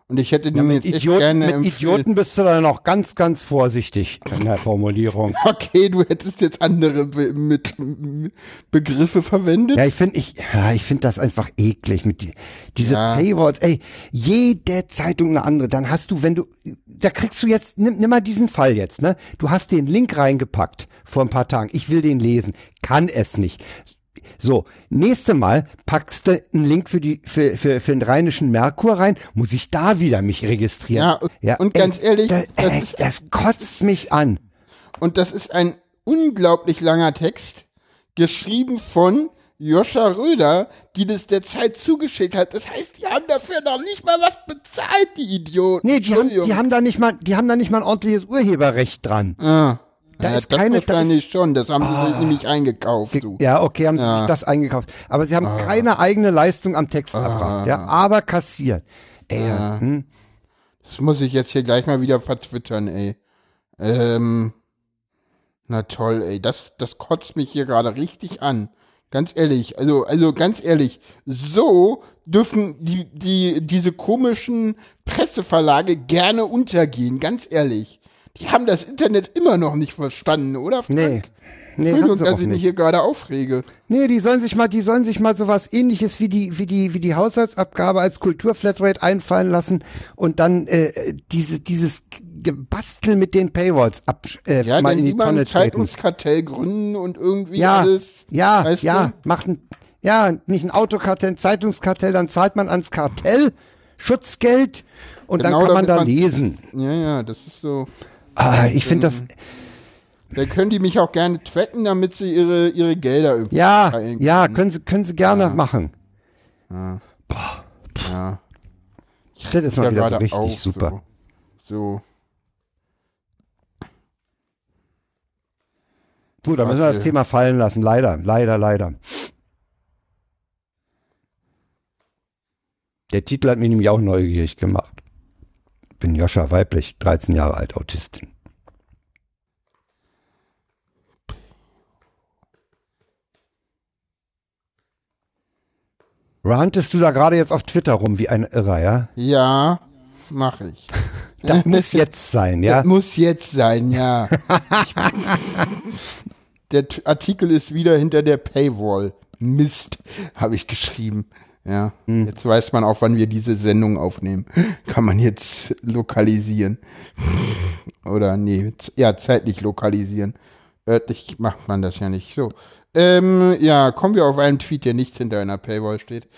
Und ich hätte Ja, den mit jetzt echt Idioten, gerne mit empfehlen. Idioten bist du da noch ganz, ganz vorsichtig in der Formulierung. Okay, du hättest jetzt andere Be mit m- Begriffe verwendet. Ja, ich finde ich, ja, ich finde das einfach eklig mit die, diese Ja. Paywalls. Ey, jede Zeitung eine andere. Dann hast du, wenn du, da kriegst du jetzt, nimm, nimm mal diesen Fall jetzt, ne? Du hast den Link reingepackt vor ein paar Tagen. Ich will den lesen. Kann es nicht. So, nächste Mal packst du einen Link für die für, für, für den Rheinischen Merkur rein, muss ich da wieder mich registrieren. Ja, und ganz ehrlich, das, das ey, ist- das kotzt mich an. Und das ist ein unglaublich langer Text, geschrieben von Joscha Röder, die das der Zeit zugeschickt hat. Das heißt, die haben dafür noch nicht mal was bezahlt, die Idioten. Nee, die haben, Entschuldigung. die haben da nicht mal, die haben da nicht mal ein ordentliches Urheberrecht dran. Ah, Da ja, ist das keine- da wahrscheinlich schon. Das haben sie sich nämlich eingekauft. Du. Ja, okay, haben sie Ja. sich das eingekauft. Aber sie haben keine eigene Leistung am Text erbracht, ja, aber kassiert. Ey, Ja. hm? Das muss ich jetzt hier gleich mal wieder verzwittern, ey. Ähm, na toll, ey. Das, das kotzt mich hier gerade richtig an. Ganz ehrlich, also, also ganz ehrlich, so dürfen die, die, diese komischen Presseverlage gerne untergehen, ganz ehrlich. Die haben das Internet immer noch nicht verstanden, oder, Frank? Nee. Nee, Entschuldigung, haben sie dass auch ich mich nicht. hier gerade aufrege. Nee, die sollen sich mal, die sollen sich mal sowas ähnliches wie die, wie die, wie die Haushaltsabgabe als Kulturflatrate einfallen lassen und dann äh, diese, dieses Gebastel mit den Paywalls ab, äh, Ja, mal dann in die lieber Tonne ein treten. Zeitungskartell gründen und irgendwie Ja, alles. ja, weißt ja, du? macht ein, ja, nicht ein Autokartell, ein Zeitungskartell, dann zahlt man ans Kartell Schutzgeld und Genau, dann kann man damit da man- lesen. Ja, ja, das ist so. Ah, ich finde das, Da können die mich auch gerne tracken, damit sie ihre, ihre Gelder irgendwie ja, teilen ja, können. können sie, können sie gerne machen. Ja. Das ist mal Ja, wieder so gerade richtig auch super. So. so. Gut, dann müssen wir das Okay. Thema fallen lassen. Leider, leider, leider. Der Titel hat mich nämlich auch neugierig gemacht. Bin Joscha Weiblich, dreizehn Jahre alt, Autistin. Rantest du da gerade jetzt auf Twitter rum wie ein Irrer, ja? Ja, mache ich. Das muss jetzt sein, ja? Das muss jetzt sein, ja. Der T- Artikel ist wieder hinter der Paywall. Mist, habe ich geschrieben. Ja, Hm. jetzt weiß man auch, wann wir diese Sendung aufnehmen. Kann man jetzt lokalisieren. Oder nee, z- ja, zeitlich lokalisieren. Örtlich macht man das ja nicht. So. Ähm, ja, kommen wir auf einen Tweet, der nicht hinter einer Paywall steht.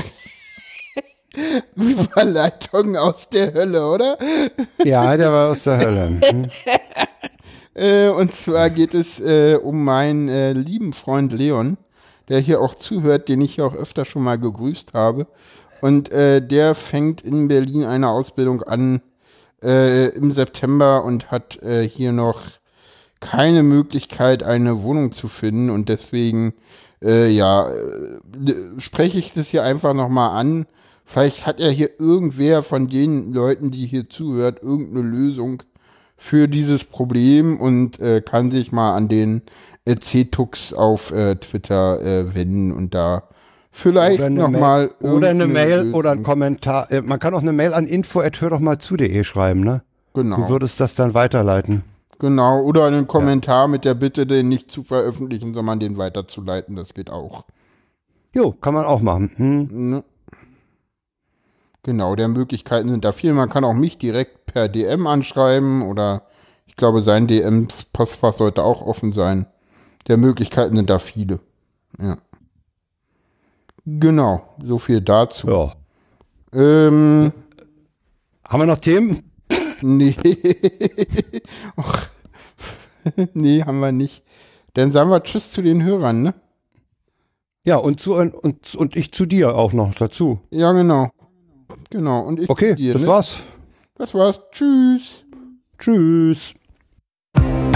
Überleitung aus der Hölle, oder? Ja, der war aus der Hölle. Hm? Äh, und zwar geht es äh, um meinen äh, lieben Freund Leon, der hier auch zuhört, den ich ja auch öfter schon mal gegrüßt habe. Und äh, der fängt in Berlin eine Ausbildung an äh, im September und hat äh, hier noch keine Möglichkeit, eine Wohnung zu finden. Und deswegen, äh, ja, äh, spreche ich das hier einfach nochmal an. Vielleicht hat ja hier irgendwer von den Leuten, die hier zuhört, irgendeine Lösung für dieses Problem und äh, kann sich mal an den äh, C-Tux auf äh, Twitter äh, wenden und da vielleicht Oder eine nochmal Mail, oder eine Mail oder ein Kommentar. Äh, Man kann auch eine Mail an info at hör doch mal zu punkt de schreiben, ne? Du Genau, würdest das dann weiterleiten. genau. Oder einen Kommentar mit der Bitte, den nicht zu veröffentlichen, sondern den weiterzuleiten. Das geht auch. Jo, kann man auch machen. Hm? Ne? Genau, der Möglichkeiten sind da viel. Man kann auch mich direkt per D M anschreiben oder ich glaube, sein D M-Postfach sollte auch offen sein. Der Möglichkeiten sind da viele. Ja. Genau, so viel dazu. Ja. Ähm, Haben wir noch Themen? nee. Och. Nee, haben wir nicht. Dann sagen wir Tschüss zu den Hörern, ne? Ja, und, zu, und, und ich zu dir auch noch dazu. Ja, genau. Genau, und ich Okay, zu dir, das ne? war's. Das war's. Tschüss. Tschüss.